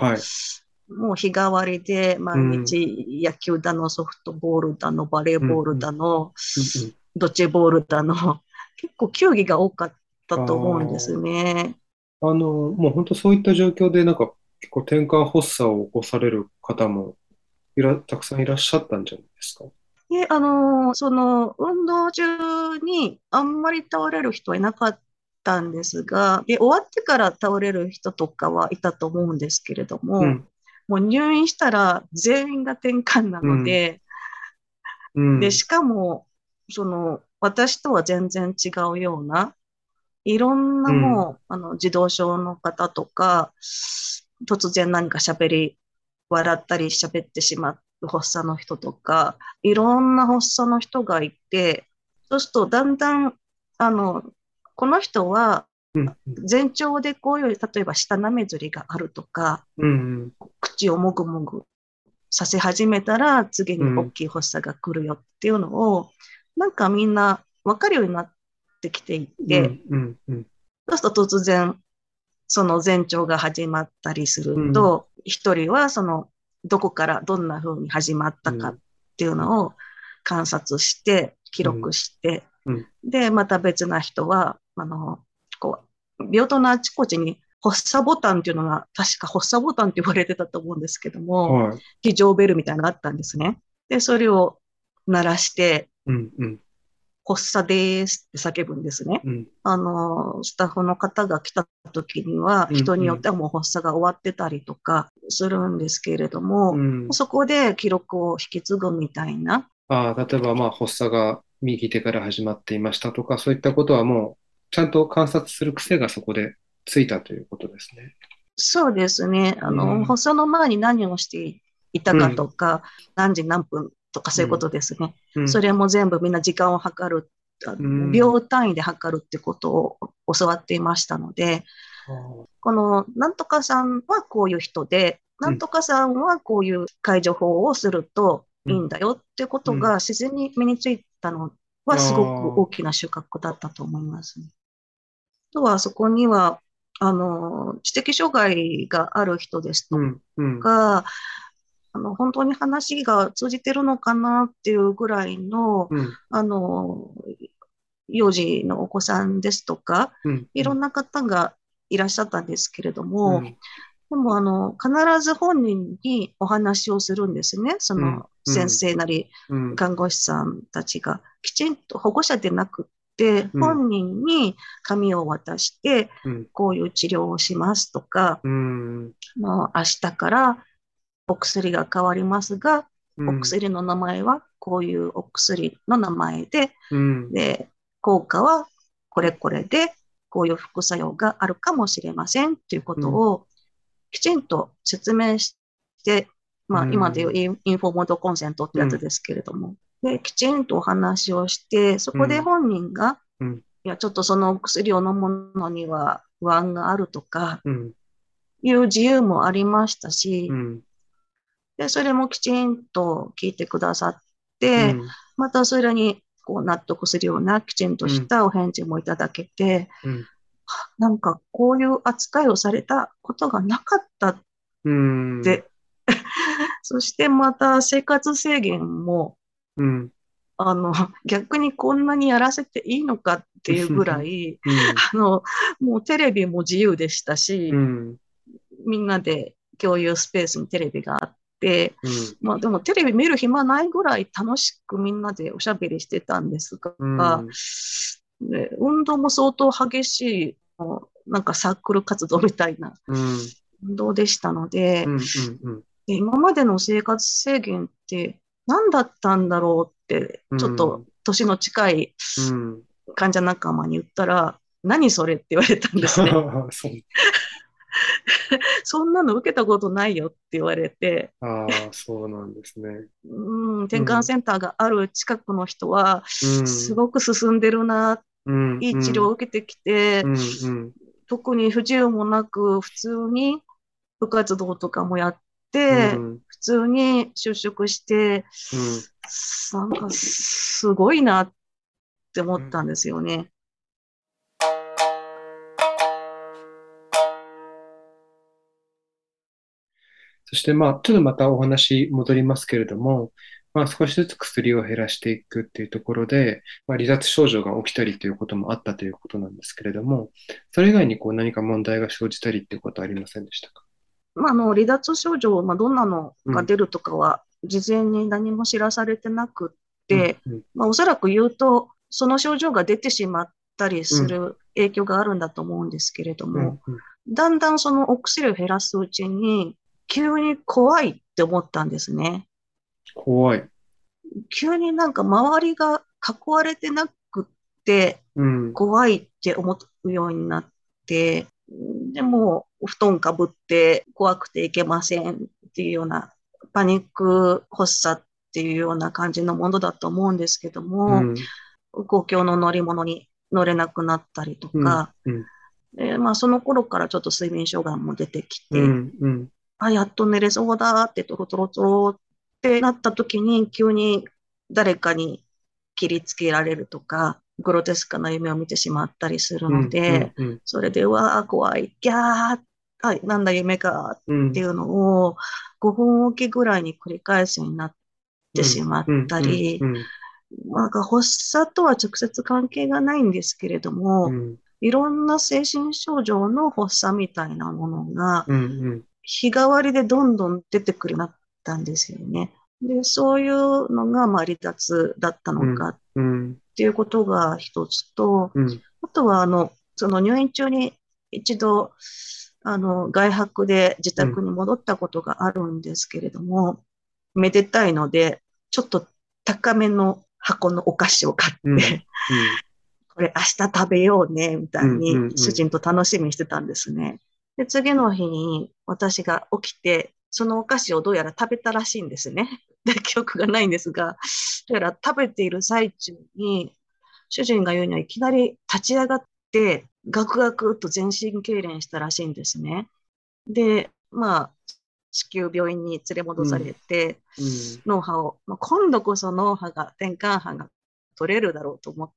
はい、 もう日替わりで毎うん、 日野球だの、ソフトボールだの、バレーうん、 ボールうん、 だの、 うん、うん。 ドッジボールだの、結構球技が多かったあと思うんですあ、 ね。 あの、もう本当そういった状況で、なんか、結構転換発作を起こされる方もいら、たくさんいらっしゃったんじゃないですか？ で、あの、その運動中にあんまり倒れる人はいなかったんですが、で、終わってから倒れる人とかはいたと思うんですけれども、 うん、 もう入院したら全員が転換なうん、 ので、で、 うん、 しかも、その、私とは全然違うような、いろんなうん、 もう、あの、児童症の方とか、突然何か喋り、笑ったり喋ってしまう発作の人とか、いろんな発作の人がいて、そうするとだんだん、あの、この人はうん、 前兆でこういう、例えば舌なめずりがあるとか、 うん、 口をもぐもぐさせ始めたら次に大うん、 きい発作が来るよっていうのを、なんかみんな分かるようになってきていて、 うん、うん、うん、 そうすると突然その前兆が始まったりすうん、 ると、一人はそのどこからどんな風に始まったかっていうのを観察して、記録して、 うん、 で、また別な人は、あの、こう、病棟のあちこちに発作ボタンっていうのが、確か発作ボタンって言われてたと思うんですけども、 はい、 非常ベルみたいなのがあったんですね。で、それを鳴らして、 うん、うん、 発作ですって叫ぶんですね。 うん、 あの、スタッフの方が来た時には、 うん、 人によっうん、 てはもう発作が終わってたりとかするんですけれども、 うん。 そこで記録を引き継ぐみたいな、 ああ、例えば、まあ、発作が右手から始まっていましたとか、そういったことはもう、ちゃんと観察する癖がそこでついたということですね。 そうですね。あの、 うん、 発作の前に何をしていたかうん、 とか、何時何分とかそういうこうん、 とですね。 うん、 それも全部みんな時間を測る、あうのん。 秒単位で測るってことを教わっていましたので、 はあこのなんとかさんはこういう人で、 うん、 なんとかさんはこういう解除法をするとうん、 いいんだよっていうことうん、 が自然に身についたのはすごく大あ、 きな収穫だったと思いますね。あとはそこには、あの、知的障害がある人ですとうん、うん、 か、あの、本当に話が通じてるのかなっていうぐらいの、 うん、 あの、幼児のお子さんですとか、 うん、うん、 いろんな方がいらっしゃったんですけれども、 うん、 でも、あの、必ず本人にお話をするんですね。そうん、 の先うん、 生なり、 うん、 看護師さんたちが、きちんと保護者でなくって、 うん、 本人に紙を渡して、こういう治療をしますとか、 うん、 もう明日からお薬が変わりますが、おうん、 薬の名前はこういうお薬の名前で、 うん、 で、効果はこれこれで、こういう副作用があるかもしれませんというこうん、 とをきちんと説明して、 うまあ、今でいうん、 インインフォーモードコンセントってうん、 やつですけれども、で、きちんとお話をして、そこでうん、 本人が、 うん、 いや、ちょっとそのお薬を飲むのには不安があるとか、 うん、 いう自由もありましたし、 うん、 で、それもきちんと聞いてくださって、 うん、 またそれにこう納得するようなきちんとしうん、 たお返事もいただけて、 うん、 なんかこういう扱いをされたことがなかったっうん、 て、そしてまた生活制限も、 うん、 あの、逆にこんなにやらせていいのかっていうぐらい、 うん、 あの、もうテレビも自由でしたし、 うん、 みんなで共有スペースにテレビがあって、 うん、 まあでもテレビ見る暇ないぐらい楽しくみんなでおしゃべりしてたんですうが、 ん、 で運動も相当激しい、なんかサークル活動みたいなうん、 運動でしたので、 うん、うん、うん、 で今までの生活制限って何だったんだろうって、 うちょっとん、 年の近いうん、 患者仲間に言ったら、何それって言われたんですね。 そう。 そんなの受けたことないよって言われて、 ああ、そうなんですね。 うん、 うん、 転換センターがある近くの人は、 うすん、 ごく進んでるな、 うん、 いい治療をうん、 受けてきて、 うん、うん、 特に不自由もなく、普通に部活動とかもやっうて、 ん、 普通に就職して、 うん、 なんかすごいなって思うん。 ったんですよね。 そしてまあ、ちょっとまたお話戻りますけれども、まあ少しずつ薬を減らしていくっていうところで、まあ、離脱症状が起きたりということもあったということなんですけれども、それ以外にこう何か問題が生じたりっていうことはありませんでしたか？ まあ、あの離脱症状、まあ、どんなのうん、 が出るとかは、事前に何も知らされてなくっうん、 て、 うん、 まあ、おそらく言うと、その症状が出てしまったりうん、 する影響があるんだと思うんですけれども、 うん、うん。 だんだんそのお薬を減らすうちに、急に怖いって思ったんですね。 怖い。 急になんか周りが囲われてなくって、 うん、 怖いって思うようになって、でも、お布団かぶって怖くていけませんっていうような、パニック発作っていうような感じのものだと思うんですけども、 うん、 公共の乗り物に乗れなくなったりとうん、 か、 うん、 でまあ、その頃からちょっと睡眠障害も出てきて、 うん、うん、 あ、やっと寝れそうだってトロトロトロってなった時に急に誰かに切りつけられるとか、グロテスクな夢を見てしまったりするうん、うので、 ん、うん、 それで、うわあ、怖い、ギャー、はい、なんだ夢かうん、 っていうのをごふんおきぐらいに繰り返すようになってしうん、 まっうん、うん、うたり、 ん、 なんか発作とは直接関係がないんですけれども、 うん、 いろんな精神症状の発作みたいなものがうん、 日替わりでどんどん出てくるようになったんですよね。で、そういうのが、まあ、離脱だったうん、 のかっうん、 ていうことが一つと、 うん、 あとは、あの、その入院中に一度、あの、外泊で自うん、 宅に戻ったことがあるんですけれども、めでたいので、ちょっと高めの箱のお菓子を買っうん、 て、 うん、 これ明日食べようね、みたいうん、うに主ん、 人と楽しみにしてたんですね。で、次の日に私が起きて、そのお菓子をどうやら食べたらしいんですね。で、記憶がないんですが、どうやら食べている最中に、主人が言うにはいきなり立ち上がって、ガクガクっと全身痙攣したらしいんですね。で、まあ、至急病院に連れ戻されて、 うん、 脳波を、まあ、今度こそ脳波が、転換波が取れるだろうと思って、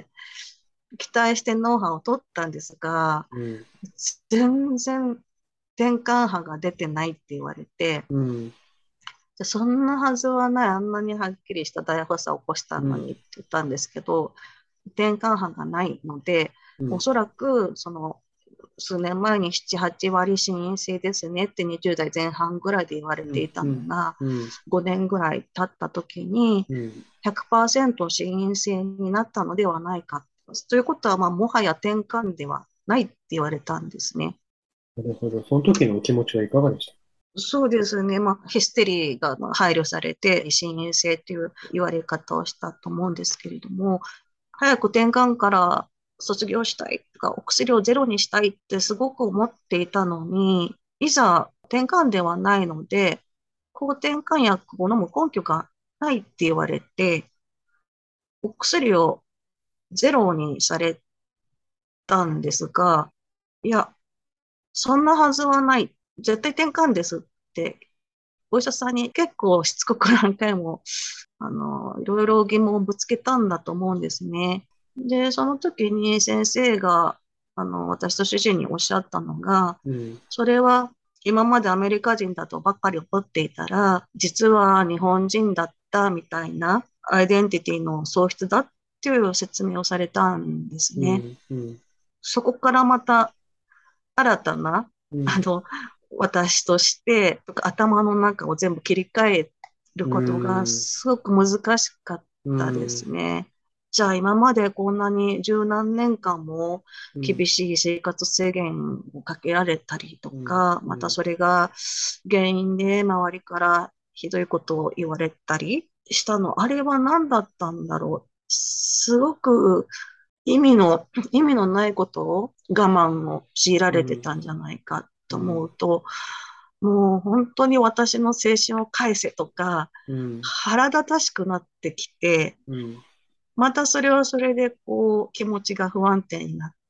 期待してノウハウを取ったんですが、 うん。 全然転換波が出てないって言われて、 うん。 でそんなはずはない、あんなにはっきりした大発作を起こしたうん。 のにって言ったんですけど、転換波がないので、 うん。 おそらくその数年前になな、はち割心因性ですねってにじゅう代前半ぐらいで言われうん。 ていたうん。 のが、 うん。 ごねんぐらい経った時にうん。 ひゃくパーセント心因性になったのではないか。ということは、まあ、もはや転換ではないって言われたんですね。 なるほど。その時のお気持ちはいかがでした？ そうですね。まあ、ヒステリーがまあ配慮されて、心因性という言われ方をしたと思うんですけれども、早く転換から卒業したいとか、お薬をゼロにしたいってすごく思っていたのに、いざ転換ではないので、抗転換薬を飲む根拠がないって言われて、お薬をゼロにされたんですが、いや、そんなはずはない。絶対転換ですってお医者さんに結構しつこく何回も、あの、いろいろ疑問をぶつけたんだと思うんですね。で、その時に先生が、あの、私と主人におっしゃったのが、 うん。 それは今までアメリカ人だとばっかり思っていたら、実は日本人だったみたいなアイデンティティの喪失だっていう説明をされたんですね。 うん。うん。 そこからまた新たな、 うん。 あの、私として、とか頭の中を全部切り替えるうことがん。 すごく難しかっうたでん。 すね。じゃあ今までこんなに十何年間もうん。 厳しい生活制限をかけられたりとうん。 か、 うん。 またそれが原因で周りからひどいことを言われたりしたの、あれは何だったんだろう。すごく意味の、意味のないことを我慢を強いられてたんじゃないかと思うと、もう本当に私の青春を返せとか、 うん。 腹立たしくなってきて、 うん。 またそれはそれでこう気持ちが不安定になって、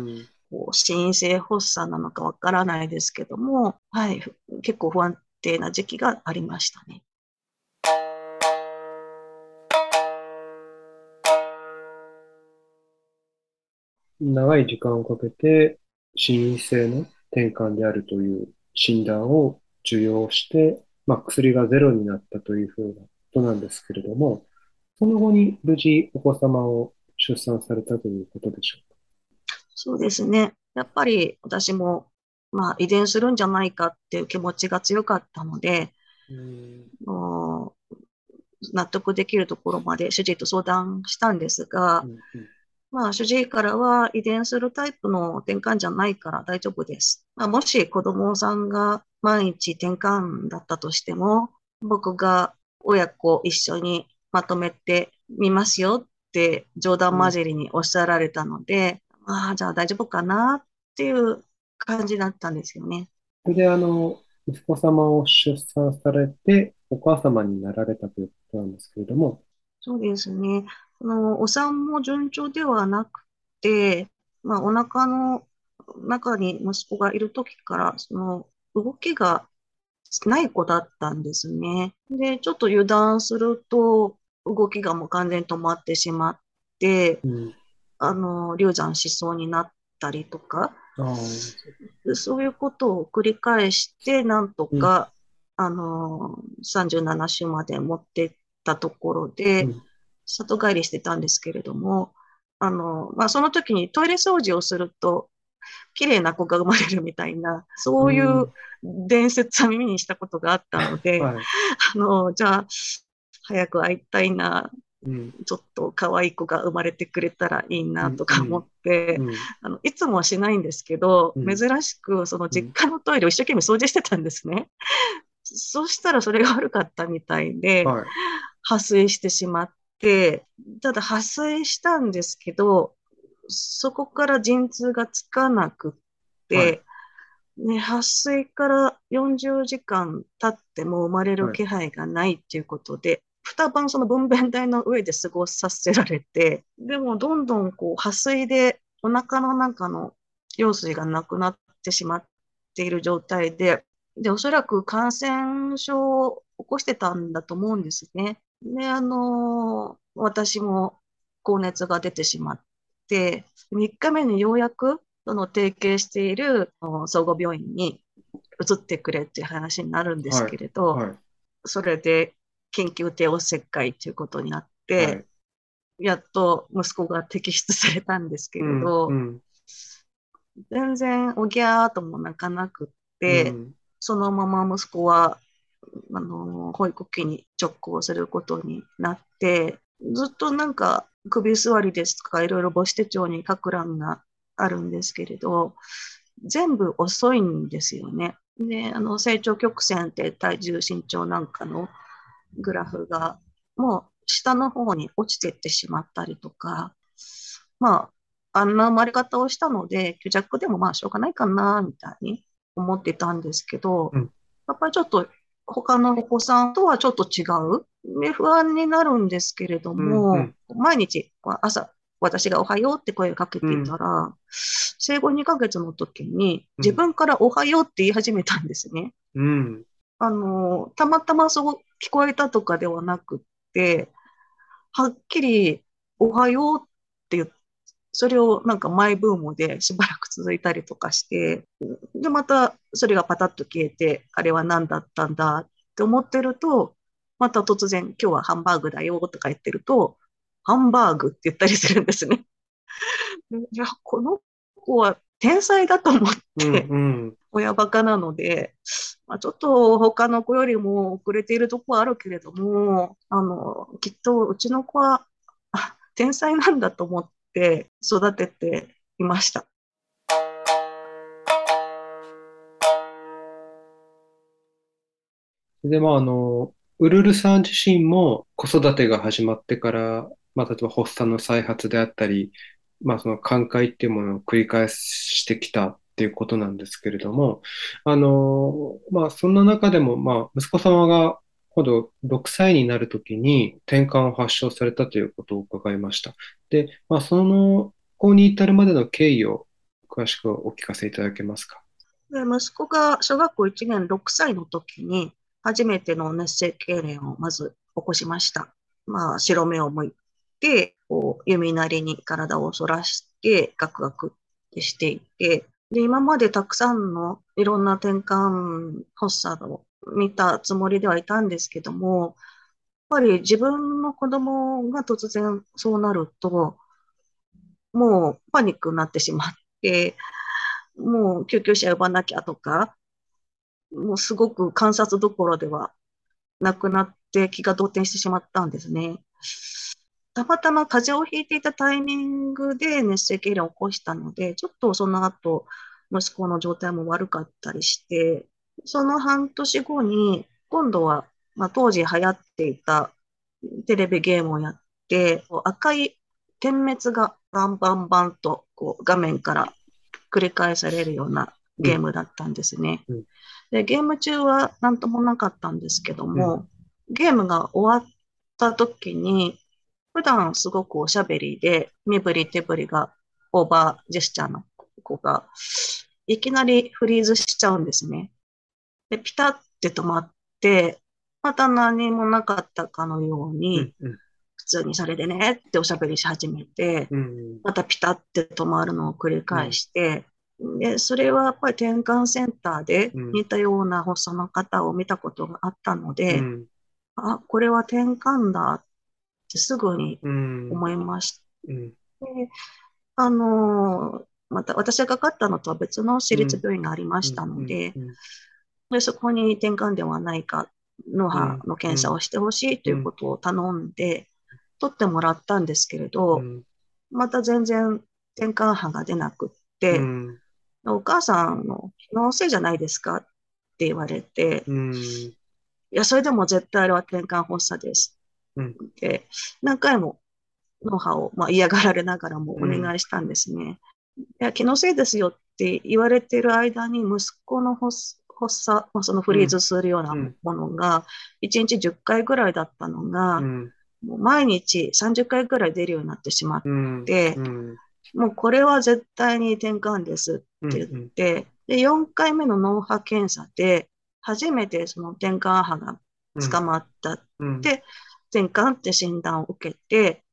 うん。 こう心性発作なのかわからないですけども、はい、結構不安定な時期がありましたね。 長い時間をかけて、心因性の転換であるという診断を受容して、まあ、薬がゼロになったというふうなことなんですけれども、その後に無事お子様を出産されたということでしょうか？ そうですね。やっぱり私も、まあ、遺伝するんじゃないかっていう気持ちが強かったので、 うん。 もう納得できるところまで主治医と相談したんですが、 うん。うん。 まあ、主治医からは遺伝するタイプの転換じゃないから大丈夫です。まあ、もし子供さんが万一転換だったとしても、僕が親子一緒にまとめてみますよって冗談交じりにおっしゃられたので、ああ、じゃあ大丈夫かなっていう感じだったんですよね。 それで、あの、息子様を出産されて、お母様になられたということなんですけれども、 そうですね。あの、お産も順調ではなくて、まあ、お腹の中に息子がいる時から、その動きがない子だったんですね。で、ちょっと油断すると、動きがもう完全に止まってしまって、 うん。 あの、流産しそうになったりとか、 ああ、そそういうことを繰り返して、なんとう。うん。 か、あの、さんじゅうなな週まで持ってったところで、 うん。 里帰りしてたんですけれども、あの、まあ、その時にトイレ掃除をすると、綺麗な子が生まれるみたいな、 うそういうん。 伝説は耳にしたことがあったので、 はい。 あの、じゃあ、早く会いたいな、 うん。 ちょっと可愛い子が生まれてくれたらいいなうん。うん。 とか思って、 うん。 あの、いつもはしないんですけど、 うん。 珍しくそのうん。 実家のトイレを一生懸命掃除してたんですね。そしたらそれが悪かったみたいで、 はい。 破水してしまって、ただ破水したんですけど、そこから陣痛がつかなくっはい。 て、ね、発生からよんじゅうじかん経っても生まれるはい。 気配がないっていうことで、二晩その分娩台の上で過ごさせられて、でもどんどんこう破水でお腹の中の羊水がなくなってしまっている状態で、で、おそらく感染症を起こしてたんだと思うんですね。で、あの、私も高熱が出てしまって、みっかめにようやくその提携している総合病院に移ってくれっていう話になるんですはい。 けれど、 はい。 それで緊急帝王切開ということになっはて、 い。 やっと息子が摘出されたんですけうん。うれど、 ん。 全然おぎゃーとも泣かなくっうて、 ん。 そのまま息子は、あの、保育器に直行することになって、ずっとなんか首座りですとかいろいろ母子手帳に書く欄があるんですけれど、全部遅いんですよね。で、あの、成長曲線って体重身長なんかのグラフがもう下の方に落ちていってしまったりとか、まあ、あんな生まれ方をしたので、虚弱でもまあしょうがないかな、みたいに思ってたんですけど、 うん。 やっぱりちょっと他のお子さんとはちょっと違う。で、不安になるんですけれどうん。うも、 ん。 毎日朝、私がおはようって声をかけていうん。 たら、生後にかげつの時に自うん。 分からおはようって言い始めたんですね。 うん。 あの、たまたまそう聞こえたとかではなくって、はっきりおはようって言って、それをなんかマイブームでしばらく続いたりとかして、で、またそれがパタッと消えて、あれは何だったんだって思ってると、また突然今日はハンバーグだよとか言ってると、ハンバーグって言ったりするんですね。いや、この子は天才だと思っうん。 て、 うん。 親バカなので、まあ、ちょっと他の子よりも遅れているとこはあるけれども、あの、きっとうちの子は、あ、天才なんだと思って育てていました。 で、まあ、あの、ウルルさん自身も子育てが始まってから、まあ、例えば発作の再発であったり、まあ、その寛解っていうものを繰り返してきたっていうことなんですけれども、あの、まあ、そんな中でも、まあ、息子様が今度ろくさいになるときに転換を発症されたということを伺いました。で、まあ、その、ここに至るまでの経緯を詳しくお聞かせいただけますか。 で、息子が小学校いちねんろくさいの時に初めての熱性痙攣をまず起こしました。まあ、白目を向いて、こう弓なりに体を反らして、ガクガクってしていて、で、今までたくさんのいろんな転換発作を見たつもりではいたんですけども、やっぱり自分の子供が突然そうなると、もうパニックになってしまって、もう救急車呼ばなきゃとか、もうすごく観察どころではなくなって気が動転してしまったんですね。たまたま風邪をひいていたタイミングで熱性痙攣を起こしたので、ちょっとその後、息子の状態も悪かったりして、その半年後に、今度は、まあ、当時流行っていたテレビゲームをやって、赤い点滅がバンバンバンとこう画面から繰り返されるようなゲーうん。 ムだったんですね。 うん。 で、ゲーム中は何ともなかったんですけどうん。 も、ゲームが終わった時に、普段すごくおしゃべりで、身振り手振りがオーバージェスチャーの子が、いきなりフリーズしちゃうんですね。で、ピタって止まって、また何もなかったかのように、 うん。うん。 普通にそれでねっておしゃべりし始めて、 うん。 またピタって止まるのを繰り返うん。 して、で、それはやっぱり転換センターでうん。 似たような発作の方を見たことがあったので、 うん。 あ、これは転換だってすぐにうん。 思いまして、 うん。 あの、また私がかかったのとは別の私うん。 立病院がありましうん。うん。 たので、 うん。 で、そこに転換ではないか、脳波の検査をしてほしいというこうん。 とを頼んで、取ってもらったんですけれど、 うん。 また全然転換波が出なくっうて、 ん。 お母さんの気のせいじゃないですかって言われて、 うん。 いや、それでも絶対あれは転換発作ですうん。 って、何回も脳波を、まあ、嫌がられながらもおうん。 願いしたんですね。いや、気のせいですよって言われている間に、息子の発作、まあ、そのフリーズするようなものが、いちにちじゅっかいぐらいだったのが、 うん。 もう毎日さんじゅっかいぐらい出るようになってしまっうん。 て、 うん。 もうこれは絶対に転換ですって言っうん。 て、で、よんかいめの脳波検査で、初めてその転換波がうん。 捕まったっうん。 て、転換って診断を受けて、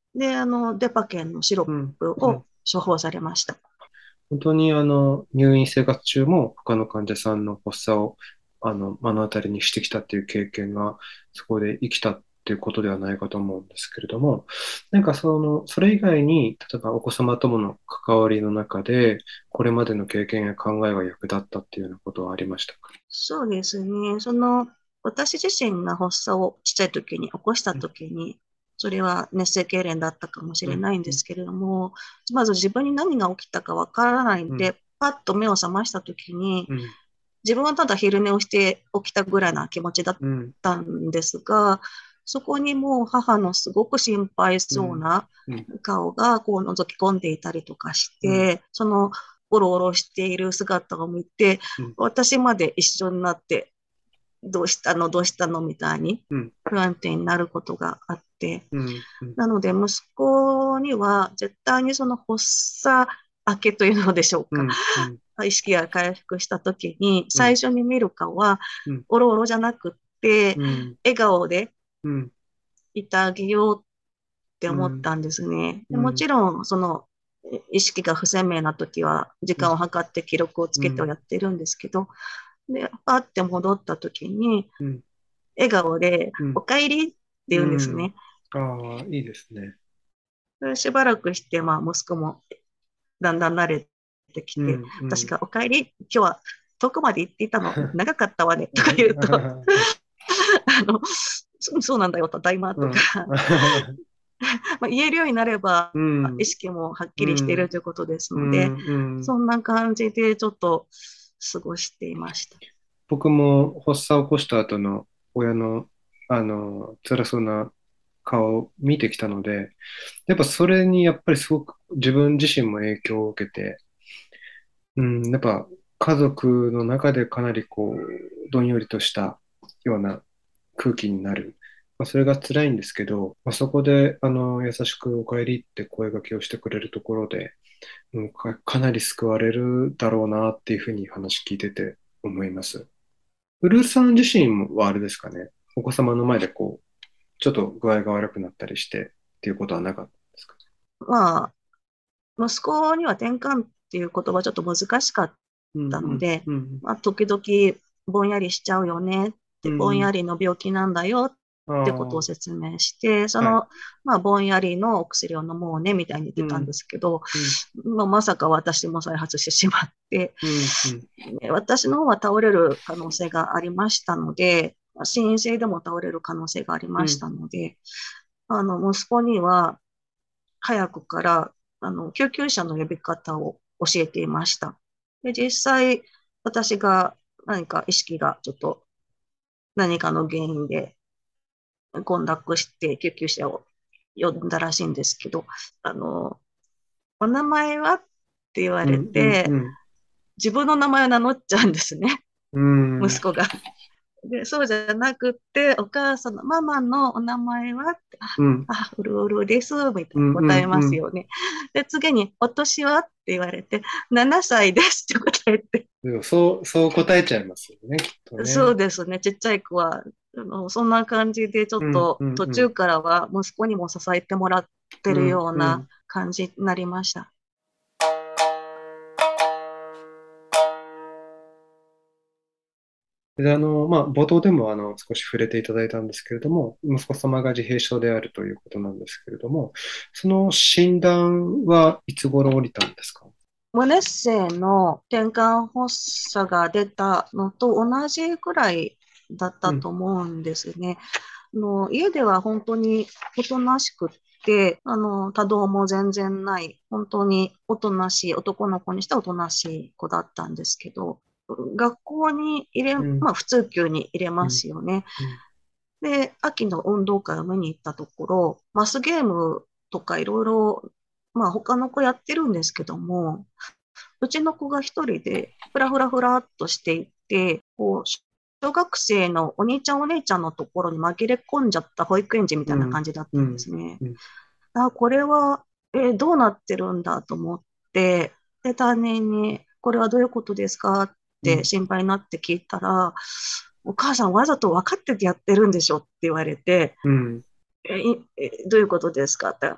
で、あの、デパケンのシロッうん、 プをうん。 処方されました。 本当にあの、入院生活中も他の患者さんの発作を、あの、目の当たりにしてきたっていう経験が、そこで生きたっていうことではないかと思うんですけれども、なんかその、それ以外に、例えばお子様ともの関わりの中で、これまでの経験や考えが役立ったっていうようなことはありましたか？ そうですね。その、私自身が発作をちっちゃい時に起こしたうん、 時に、それは熱性痙攣だったかもしれうん、 ないんですけれども、まず自分に何が起きたかわからないうん、 んで、パッと目を覚ました時に、 うん、 自分はただ昼寝をして起きたぐらいな気持ちだっうん、 たんですが、そこにもう母のすごく心配うん、 そうなうん、 顔がこう覗き込んでいたりとかしうん、 て、そのおろおろしている姿を見て、 うん、 私まで一緒になって、どうしたのどうしたのみたいにうん、 不安定になることがあって、 うん、うん、 なので息子には絶対にその発作明けというのでしょうか。 うん、うん、 意識が回復した時にうん、 最初に見る顔はうん、 おろおろじゃなくって、 うん、 笑顔でうん、 いてあげようってうん、 思ったんですね。でもうん、 ちろん、その意識が不鮮明な時は時間を計って記録をつけてやってるんですけど、で、パッて戻った時に、 うん、 笑顔で、 うん、 おかえりって言うんですうん。 ね。 ああ、いいですね。 でしばらくして、まあ、息子もだんだん慣れてきて、 うん、うん。 私がおかえり、今日は遠くまで行っていたの、長かったわね、とか言うと、あの、そそうなんだよ、ただいまとか、 うん。 まあ、言えるようになれば、 うん、 意識もはっきりしているうん、 ということですので、 うん、うん。 そんな感じでちょっと過ごしていました。 僕も発作を起こした後の親の、あの、辛そうな顔を見てきたので、やっぱそれにやっぱりすごく自分自身も影響を受けて、うん、やっぱ家族の中でかなりこう、どんよりとしたような空気になる。まあ、それが辛いんですけど、まあ、そこで、あの、優しくお帰りって声掛けをしてくれるところで、うん、か、かなり救われるだろうなっていうふうに話聞いてて思います。ウルーさん自身はあれですかね、お子様の前でこう、ちょっと具合が悪くなったりしてっていうことはなかったですか？ まあ、息子には転換っていう言葉ちょっと難しかったのうん、 で、 うん、 まあ、時々ぼんやりしちゃうよねって、ぼんうん、 やりの病気なんだようん、 ってことをあ説明して、そあ、はい、 の、まあ、ぼんやりのお薬を飲もうねみたいに言ってたんでうん、 すけど、 うん、 まあ、まさか私も再発してしまって、 うん、うん、 私の方は倒れる可能性がありましたので、心因性でも倒れる可能性がありましうん、 たので、あの、息子には早くから、あの、救急車の呼び方を教えていました。で、実際、私が何か意識がちょっと何かの原因で混濁して救急車を呼んだらしいんですけど、あの、お名前はって言われうん、うん、 て、 うん、 自分の名前を名乗っちゃうんですね、 うん、 息子が。で、そうじゃなくって、お母さんのママのお名前はって、あ、 うん、 あ、うるうるです、みたいにうん、 答えうん、 ますよね。で、次に、お年はって言われて、ななさいですって答えて、 でもそう、そう答えちゃいますよね、きっとそうね。 ですね、ちっちゃい子は、あの、そんな感じで、ちょうん、 っとうん、うん、 途中からは息子にも支えてもらってるうん、 ようなうん。 感じになりました。 で、あの、まあ、冒頭でも、あの、少し触れていただいたんですけれども、息子様が自閉症であるということなんですけれども、その診断はいつ頃降りたんですか？ 無熱性の転換発作が出たのと同じくらいだったとうん、 思うんですね。あの家では本当におとなしくって、あの多動も全然ない、本当におとなしい、男の子にしておとなしい子だったんですけど、学校に入れ、 うん、 まあ普通級に入れまうん、 すよね。 うん、 で、秋の運動会を見に行ったところ、マスゲームとかいろいろ、まあ他の子やってるんですけども、うちの子が一人でふらふらふらっとしていて、こう、小学生のお兄ちゃんお姉ちゃんのところに紛れ込んじゃった保育園児みたいなうん、 感じだったんでうん、 すね。 うん、 あ、これは、えーどうなってるんだと思って、で、担任に、これはどういうことですかってうん、 心配になって聞いたら、お母さんわざと分かっててやってるんでしょって言われて、 うん、 え、いえどういうことですかって。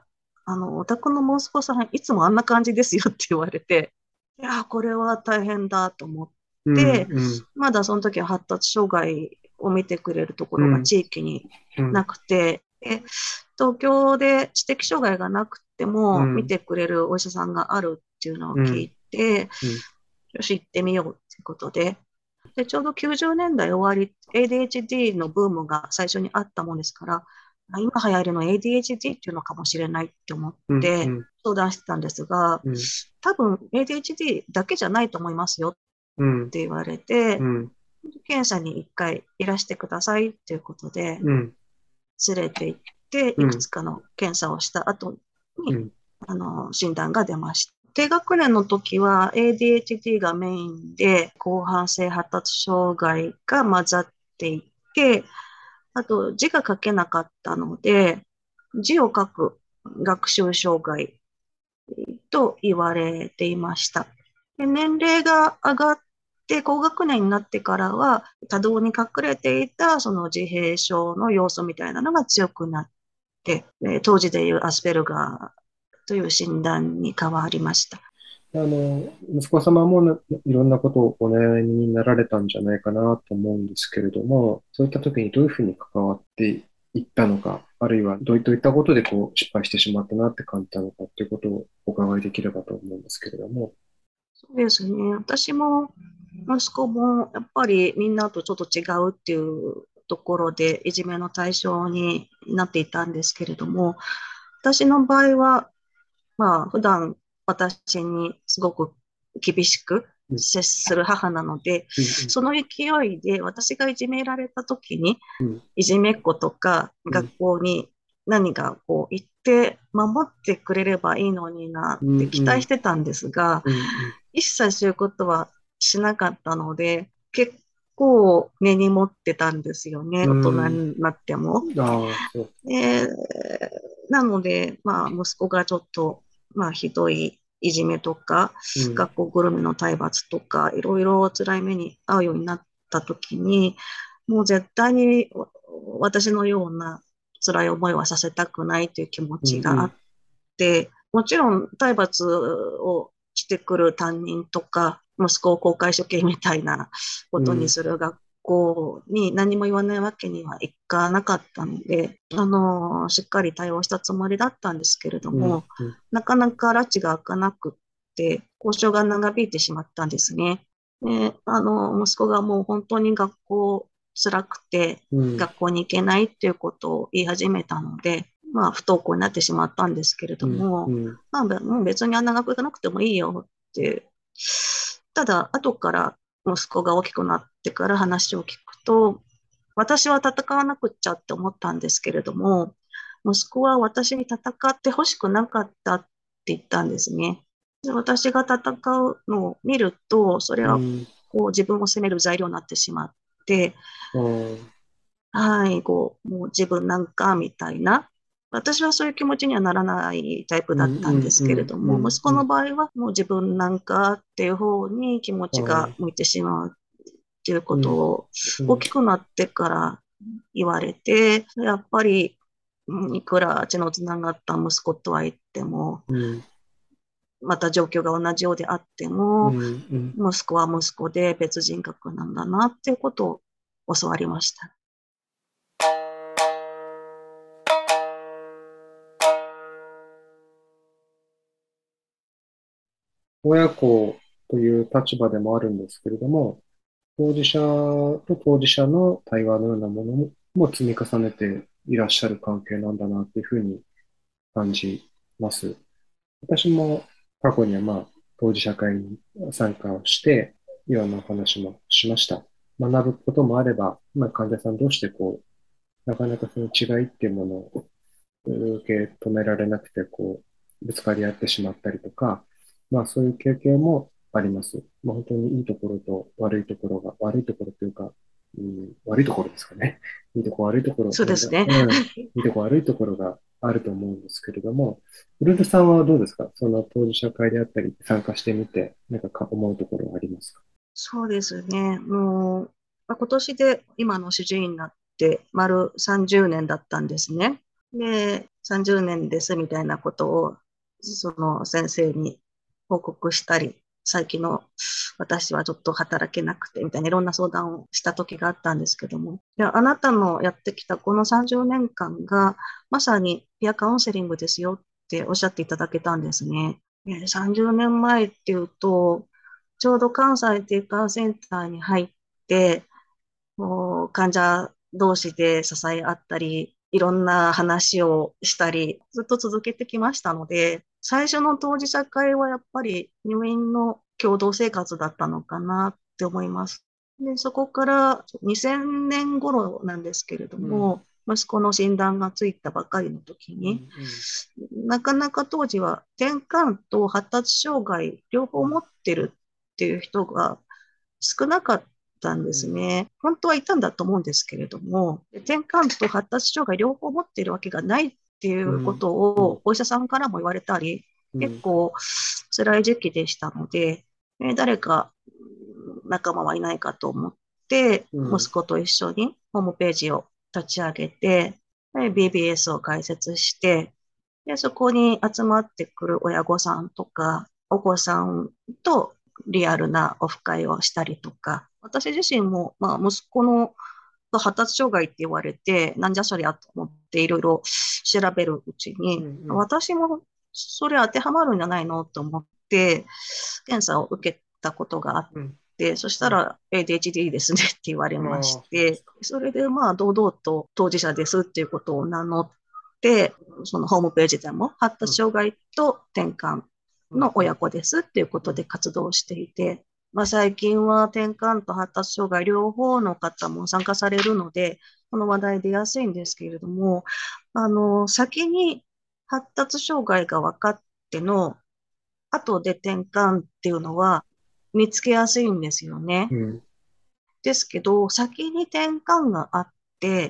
あの、お宅の息子さん、いつもあんな感じですよって言われて、いや、これは大変だと思っうん、 て、 うん、 まだその時は発達障害を見てくれるところがうん、 地域にうん、 なくて、で東京で知的障害がなくても見うん、 てくれるお医者さんがあるっていうのを聞うん、 いて、 うん、 よし、行ってみようっていうことで、で、ちょうどきゅうじゅうねんだい終わり、エーディーエイチディー のブームが最初にあったもんですから、今流行りの エーディーエイチディー っていうのかもしれないって思っうん、うてん、 相談してたんですが、 うん、 多分 エーディーエイチディー だけじゃないと思いますよっうん、 て言われて、 うん、 検査に一回いらしてくださいっていうことで、 うん、 連れて行って、いくつかの検査をした後に、 うん、 あの、診断が出ました。低学年の時は エーディーエイチディー がメインで、広範性発達障害が混ざっていて、あと字が書けなかったので、字を書く学習障害と言われていました。で年齢が上がって高学年になってからは多動に隠れていたその自閉症の要素みたいなのが強くなって、当時でいうアスペルガーという診断に変わりました。 あの、息子様もないろんなことをお悩みになられたんじゃないかなと思うんですけれども、そういった時にどういうふうに関わっていったのか、あるいはどういったことでこう失敗してしまったなって感じたのかっていうことをお伺いできればと思うんですけれども。 そうですね。私も息子もやっぱりみんなとちょっと違うっていうところでいじめの対象になっていたんですけれども、私の場合は、まあ普段私にすごく厳しくうん、 接する母なので、 うん、 その勢いで私がいじめられた時に、 うん、 いじめっ子とかうん、 学校に何かこう言って守ってくれればいいのになうん、 って期待しうん、 てたんですが、 うん、 一切そういうことはしなかったので、結構根に持ってたんですよね、 う大人ん、 になっても。 ああ、そう。 でなので、まあ、息子がちょっと、まあ、ひどいいじめとか、 うん、 学校ぐるみの体罰とか、いろいろ辛い目に遭うようになった時に、もう絶対に私のような辛い思いはさせたくないという気持うん、 ちがあっうん、 て、もちろん体罰をしてくる担任とか、息子を公開処刑みたいなことにうん、 する学校に何も言わないわけにはいかなかったので、あの、しっかり対応したつもりだったんですけれどうん、 も、なかなか拉致が開かなくって、交渉が長引いてしまったんですね。で、あの、息子がもう本当に学校辛くて、 うん、 学校に行けないっていうことを言い始めたので、まあ、不登校になってしまったんですけれうん、うども、 ん、 まあ、もう別にあんな学校行かなくてもいいよって、ただ、後から息子が大きくなってから話を聞くと、私は戦わなくっちゃって思ったんですけれども、息子は私に戦ってほしくなかったって言ったんですね。で私が戦うのを見ると、それはうん、 こう自分を責める材料になってしまって、 ああ、 はい、こう、もう自分なんかみたいな。私はそういう気持ちにはならないタイプうん、 だったうん、 んですうん、 けれども、 うん、 息子のうん、 場合はもう自分なんかっていう方に気持あちが向あ、 いてしまうっていうこうん、 とをうん、 大きくなってから言われて、やっぱり、うんいくら血のつながった息子とは言っても、 うん、 また状況が同じようであっても、 うん、うん。 息子は息子で別人格なんだなっていうことを教わりました。 親子という立場でもあるんですけれども、当事者と当事者の対話のようなものもも積み重ねていらっしゃる関係なんだなというふうに感じます。私も過去にはまあ当事者会に参加をして、いろんなお話もしました。学ぶこともあれば、まあ、患者さん同士でこう、なかなかその違いっていうものを受け止められなくて、こう、ぶつかり合ってしまったりとか、まあそういう経験もあります。まあ本当にいいところと悪いところが、悪いところというか、うん、悪いところですかね。いいところ、悪いところ、なんだ、 そうですね。 うん、いいところ、悪いところがあると思うんですけれども、ウルルさんはどうですか？その当事者会であったり、参加してみて、なんかか思うところはありますか？ そうですね。もう、まあ今年で今の主治医になって丸さんじゅうねんだったんですね。で、 さんじゅうねんですみたいなことを、その先生に報告したり、最近の私はちょっと働けなくてみたいないろんな相談をした時があったんですけども、いや、あなたのやってきたこのさんじゅうねんかんがまさにピアカウンセリングですよっておっしゃっていただけたんですね。えさんじゅうねんまえっていうと、ちょうど関西定感センターに入って、もう患者同士で支え合ったり、いろんな話をしたり、ずっと続けてきましたので、最初の当事者会はやっぱり入院の共同生活だったのかなって思います。で、そこからにせんねん頃なんですけれども、息子の診断がついたばかりの時に、なかなか当時は転換と発達障害両方持ってるっていう人が少なかったんですね。本当はいたんだと思うんですけれども、転換と発達障害両方持っているわけがないっていうことをお医者さんからも言われたり、結構辛い時期でしたので、誰か仲間はいないかと思って、息子と一緒にホームページを立ち上げて、ビービーエス を開設して、でそこに集まってくる親御さんとか、お子さんとリアルなオフ会をしたりとか、私自身も、まあ、息子の発達障害って言われて、なんじゃそりゃと思っていろいろ調べるうちに、うんうん、私もそれ当てはまるんじゃないのと思って、検査を受けたことがあって、うん、そしたら エーディーエイチディー ですねって言われまして、それでまあ堂々と当事者ですっていうことを名乗って、そのホームページでも発達障害と転換の親子ですっていうことで活動していて、まあ、最近は転換と発達障害両方の方も参加されるので、この話題出やすいんですけれども、あの、先に発達障害が分かっての、後で転換っていうのは見つけやすいんですよね。うん、ですけど、先に転換があって、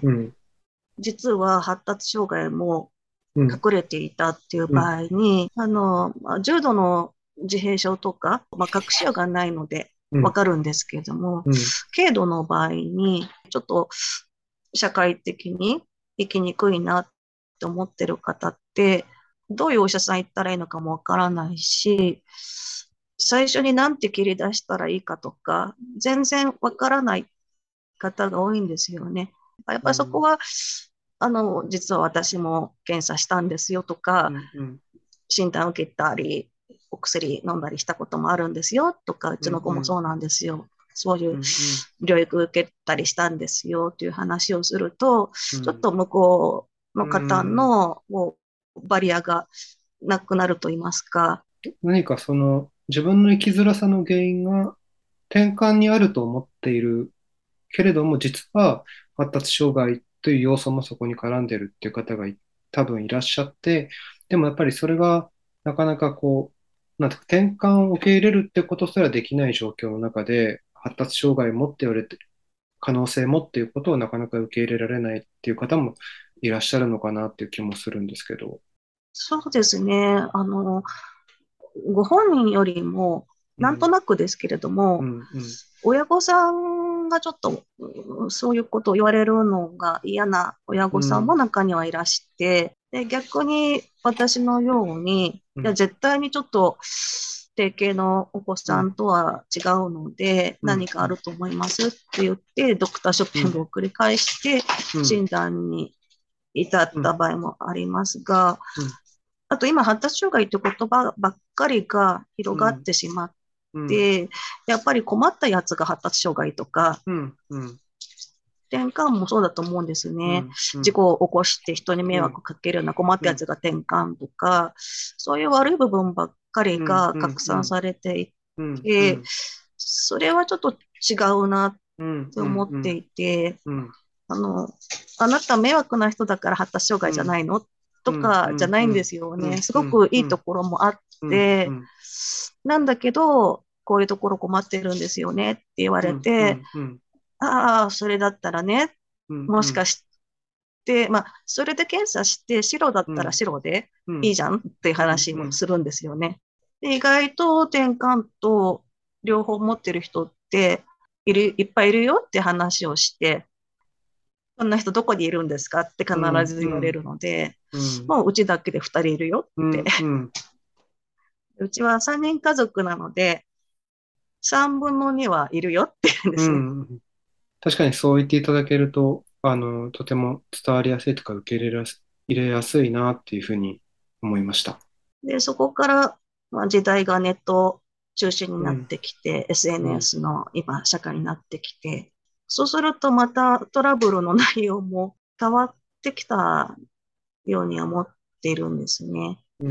うん、実は発達障害も隠れていたっていう場合に、うん、あの、重度の自閉症とか、まあ、隠しようがないのでわかるんですけれども、うん、軽度の場合に、ちょっと社会的に生きにくいなって思ってる方って、どういうお医者さん行ったらいいのかもわからないし、最初に何て切り出したらいいかとか、全然わからない方が多いんですよね。やっぱりそこは、うん、あの、実は私も検査したんですよとか、うんうん、診断受けたり、お薬飲んだりしたこともあるんですよとか、うちの子もそうなんですよ。うんうん、そういう療育受けたりしたんですよという話をすると、うん、ちょっと向こうの方のもうバリアがなくなると言いますか。 何かその自分の生きづらさの原因が転換にあると思っているけれども、実は発達障害という要素もそこに絡んでるっていう方が多分いらっしゃって、でもやっぱりそれがなかなかこう、なんていうか転換を受け入れるってことすらできない状況の中で、発達障害を持っておれてる可能性もっていうことをなかなか受け入れられないっていう方もいらっしゃるのかなっていう気もするんですけど。 そうですね。あの、ご本人よりも、なんとなくですけれども、うんうんうん、親御さんがちょっと、そういうことを言われるのが嫌な親御さんも中にはいらして、うん、で逆に私のように、うん、いや絶対にちょっと、定型のお子さんとは違うので、うん、何かあると思いますって言って、ドクターショッピングを繰り返して、診断に至った場合もありますが、うんうんあと今、発達障害という言葉ばっかりが広がってしまって、うん、やっぱり困ったやつが発達障害とか、うんうん、転換もそうだと思うんですね、うんうん。事故を起こして人に迷惑かけるような困ったやつが転換とか、うん、そういう悪い部分ばっかりが拡散されていて、うんうん、それはちょっと違うなって思っていて、うんうんうん、あの、あなた迷惑な人だから発達障害じゃないの、うんとかじゃないんですよね。すごくいいところもあって、なんだけど、こういうところ困ってるんですよねって言われて、ああ、それだったらね、もしかして、まあ、それで検査して白だったら白でいいじゃんっていう話もするんですよね。で意外と転換と両方持ってる人っている、いっぱいいるよって話をして、 こんな人どこにいるんですかって必うん、 ず言われるので、 うん、 もううちだけでふたりいるよって。 うん、うん、 うちはさんにん家族なので、さんぶんのにはいるよって言うんでうすね。 ん。確かにそう言っていただけると、あの、とても伝わりやすいとか受け入れやす、入れやすいなっていうふうに思いました。 で、そこから、まあ、時代がネット中心になっうん、 てきて、 うん、 エスエヌエス の今、社会になってきて、そうするとまたトラブルの内容も変わってきたように思っているんですね。 うん、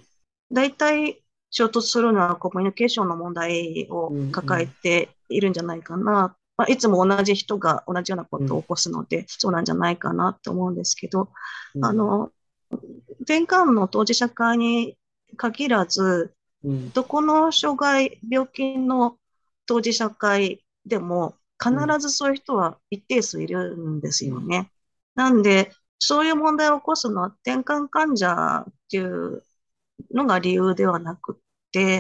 大体衝突するのはコミュニケーションの問題をうん、う抱えん、 ているんじゃないかな。まあ、いつも同じ人が同じようなこうん、 とを起こすので、そうなんじゃないかなと思うんですけど、 うん、 あの、転換の当事者会に限らず、 うん、 どこの障害、病気の当事者会でも必うん、 ずそういう人は一定数いるんですうん、 よね。なんで、そういう問題を起こすのは転換患者っていうのが理由ではなくって、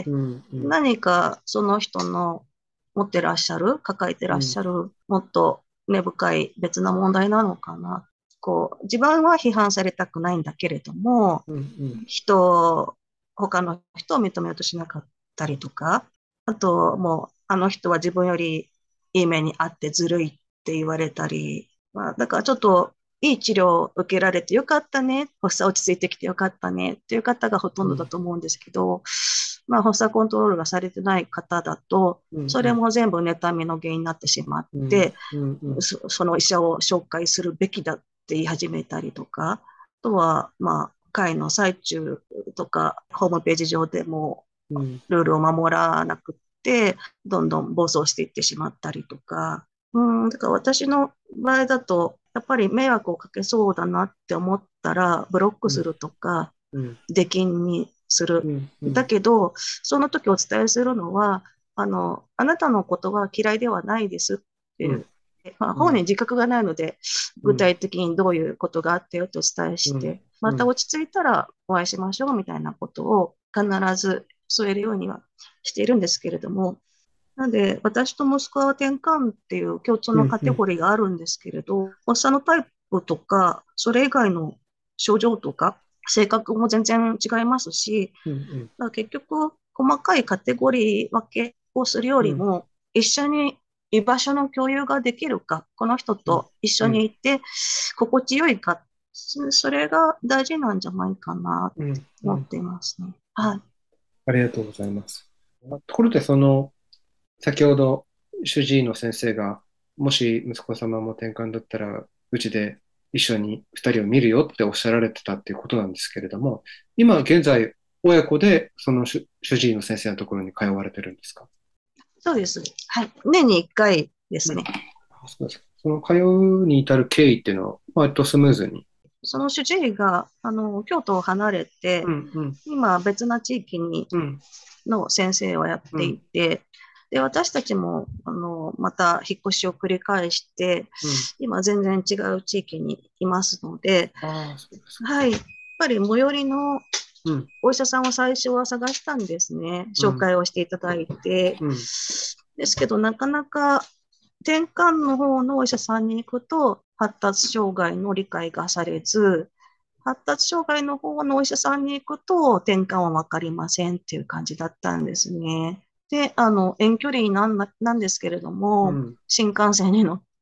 うん、うん、 何かその人の持ってらっしゃる、抱えてらっしゃる、もっと根深い別な問題なのかな。こう、自分は批判されたくないんだけれども、 うん、 人、他の人を認めようとしなかったりとか、あと、もう、あの人は自分よりいい目にあってずるいって言われたり、まあ、だからちょっといい治療を受けられてよかったね、発作落ち着いてきてよかったねっていう方がほとんどだと思うんですけど、まあ、発作コントロールがされてない方だと、 うん、 それも全部妬みの原因になってしまっうん、 て、 うん、うん、 そその医者を紹介するべきだって言い始めたりとか、あとは、まあ、会の最中とか、ホームページ上でもうん、 ルールを守らなくって、どんどん暴走していってしまったりとか、うん、だから私の場合だと、やっぱり迷惑をかけそうだなって思ったら、ブロックするとか、 うん、 出禁にする。 うん、うん、 だけど、その時お伝えするのは、あの、あなたのことは嫌いではないですっていう、まあ、本人自覚がないので、具体的にどういうことがあってよとお伝えして、また落ち着いたらお会いしましょうみたいなことを必ず添えるようにはしているんですけれども、なので、私と息子は転換っていう共通のカテゴリーがあるんですけれど、発作のタイプとか、それ以外の症状とか、性格も全然違いますし、 うん、 だから結局、細かいカテゴリー分けをするようん、 りも、一緒に居場所の共有ができるか、この人うん、 と一緒うん、 にいて心地よいか、そそれが大事なんじゃないかなうん、うん。 と思っていますね。はい。 ありがとうございます。ところで、その、先ほど主治医の先生が、もし息子様も転換だったら、うちで一緒に二人を見るよっておっしゃられてたっていうことなんですけれども、今現在、親子でその主主治医の先生のところに通われてるんですか？ そうです。はい。年にいっかいですうん。 ね。 あ、そうですか。その通うに至る経緯っていうのは、割とスムーズに。 その主治医が、あの、京都を離れて、 うん、うん、 今別な地域にうん、 の先生をやっていうん、 て、で、私たちも、あの、また引っ越しを繰り返して、 うん。 今全然違う地域にいますので、 ああ、そうですか。 はい。やっぱり最寄りのうん、 お医者さんを最初は探したんですね。紹うん、 介をしていただいて。 うん、 ですけど、なかなか転換の方のお医者さんに行くと、発達障害の理解がされず、発達障害の方のお医者さんに行くと、転換はわかりませんっていう感じだったんですね。で、あの、遠距離なんななんですけれども、 うん、 新幹線に乗って、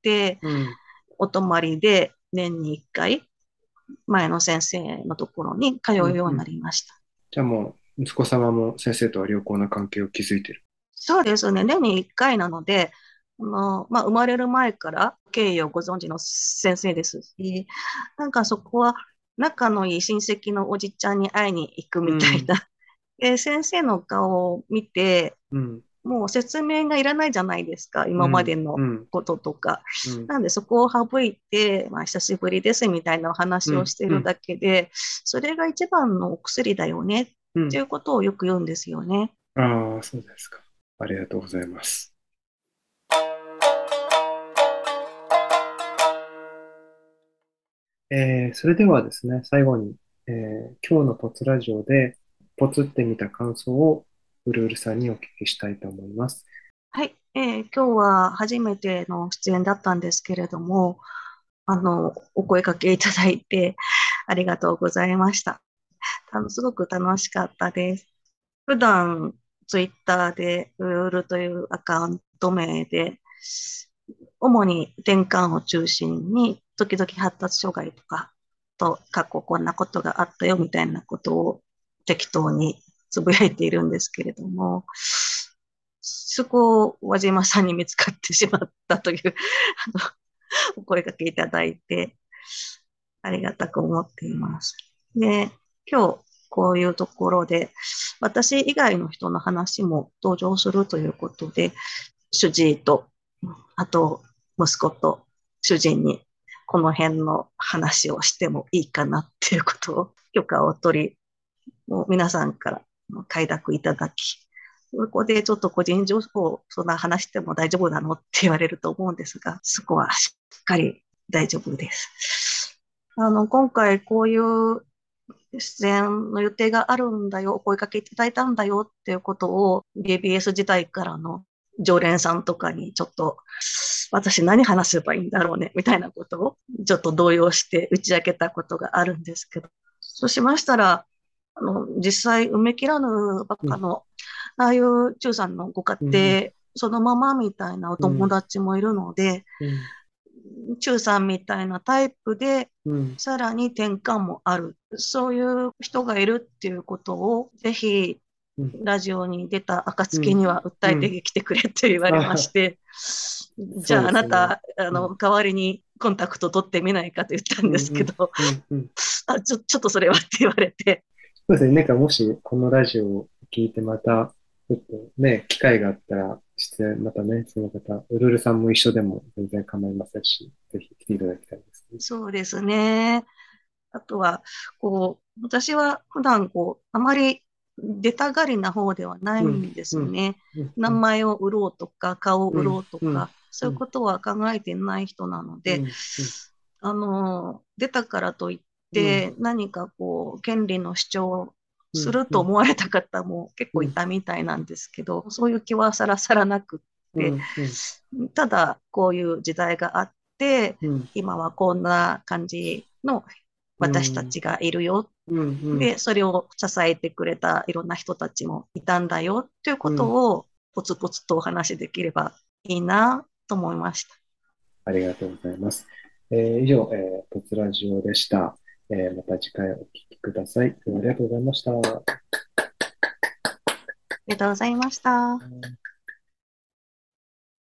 うん。 お泊まりで年にいっかい、前の先生のところに通うん、 うようになうん。 りました。 じゃあもう、息子様も先生とは良好な関係を築いている。 そうですね。年にいっかいなので、あの、まあ、生まれる前から経緯をご存知の先生ですし、なんかそこは仲のいい親戚のおじちゃんに会いに行くみたいうん、 な。で、先生の顔を見て、 うん、 もう説明がいらないじゃないですか。今までうん、うのん、 こととか。 うん、 なんでそこを省いて、まあ、久しぶりですみたいなお話をうん、 しているだけで、それが一番のお薬だよねっていうん。 うことをよく言うんですよね。 ああ、そうですか。ありがとうございます。えー、それではですね、最後に、えー今日のポツラジオでポツってみた感想をうるうるさんにお聞きしたいと思います。 はい、えー今日は初めての出演だったんですけれども、 あの、お声かけいただいて、ありがとうございました。あのすごく楽しかったです。普段、ツイッターで、うるうるというアカウント名で、主に転換を中心に、時々発達障害とか、と過去こんなことがあったよみたいなことを適当につぶやいているんですけれども、そこを輪島さんに見つかってしまったというあのお声かけいただいて、ありがたく思っています。で、今日こういうところで、私以外の人の話も登場するということで、主治医と、あと息子と主人にこの辺の話をしてもいいかなっていうことを許可を取り、もう皆さんから快諾いただき、そこでちょっと個人情報そんな話しても大丈夫なのって言われると思うんですが、そこはしっかり大丈夫です。あの、今回こういう出演の予定があるんだよ、お声かけいただいたんだよっていうことを ビービーエス 時代からの常連さんとかにちょっと私何話せばいいんだろうねみたいなことをちょっと動揺して打ち明けたことがあるんですけど、そうしましたら、あの実際梅切らぬばっうん、 かのああいう中さんのご家うん、 庭そのままみたいなおうん、 友達もいるので、 うん、 中さんみたいなタイプで、 うん、 さらに転換もある。そういう人がいるっていうことを、ぜひ、 うん、 ラジオに出たうん、 暁には訴うん。 えてきてくれって言われましあ、 て、じゃああそうですね。 なた、あの、 うん、 代わりにコンタクト取ってみないかと言ったんでうん、うん、 すけど、 うん、うん。 あ、ちょ、ちょっとそれはって言われて、 そうですね。なんかもしこのラジオを聞いてまた、ちょっとね、機会があったら、出演、またね、その方、うるるさんも一緒でも全然構いませんし、ぜひ来ていただきたいですね。 そうですね。あとは、こう、私は普段、こう、あまり出たがりな方ではないうん、 んでうん、 すね。 うん、 名うん、 前を売ろうとか、顔をうん、 売ろうとうん、 か、そういうことは考えてない人なので、 うん、うん、 あの、出たからといっうん、 て何かこう、権利の主張をうん、 するうん、 と思われた方も結構いうん、 たみたいなんですけど、そういう気はさらさらなくって、 うん、うん、 ただこういう時代があって、 うん、 今はこんな感じのうん、 私たちがいるよ。 うん、 で、それを支えてくれたいろんな人たちもいたんだよというこうん。 とをポツポツとお話しできればいいなと思いました。 ありがとうございます。えー以上、えー、ポツラジオでした。えーまた次回お聞きください。ありがとうございました。 ありがとうございました。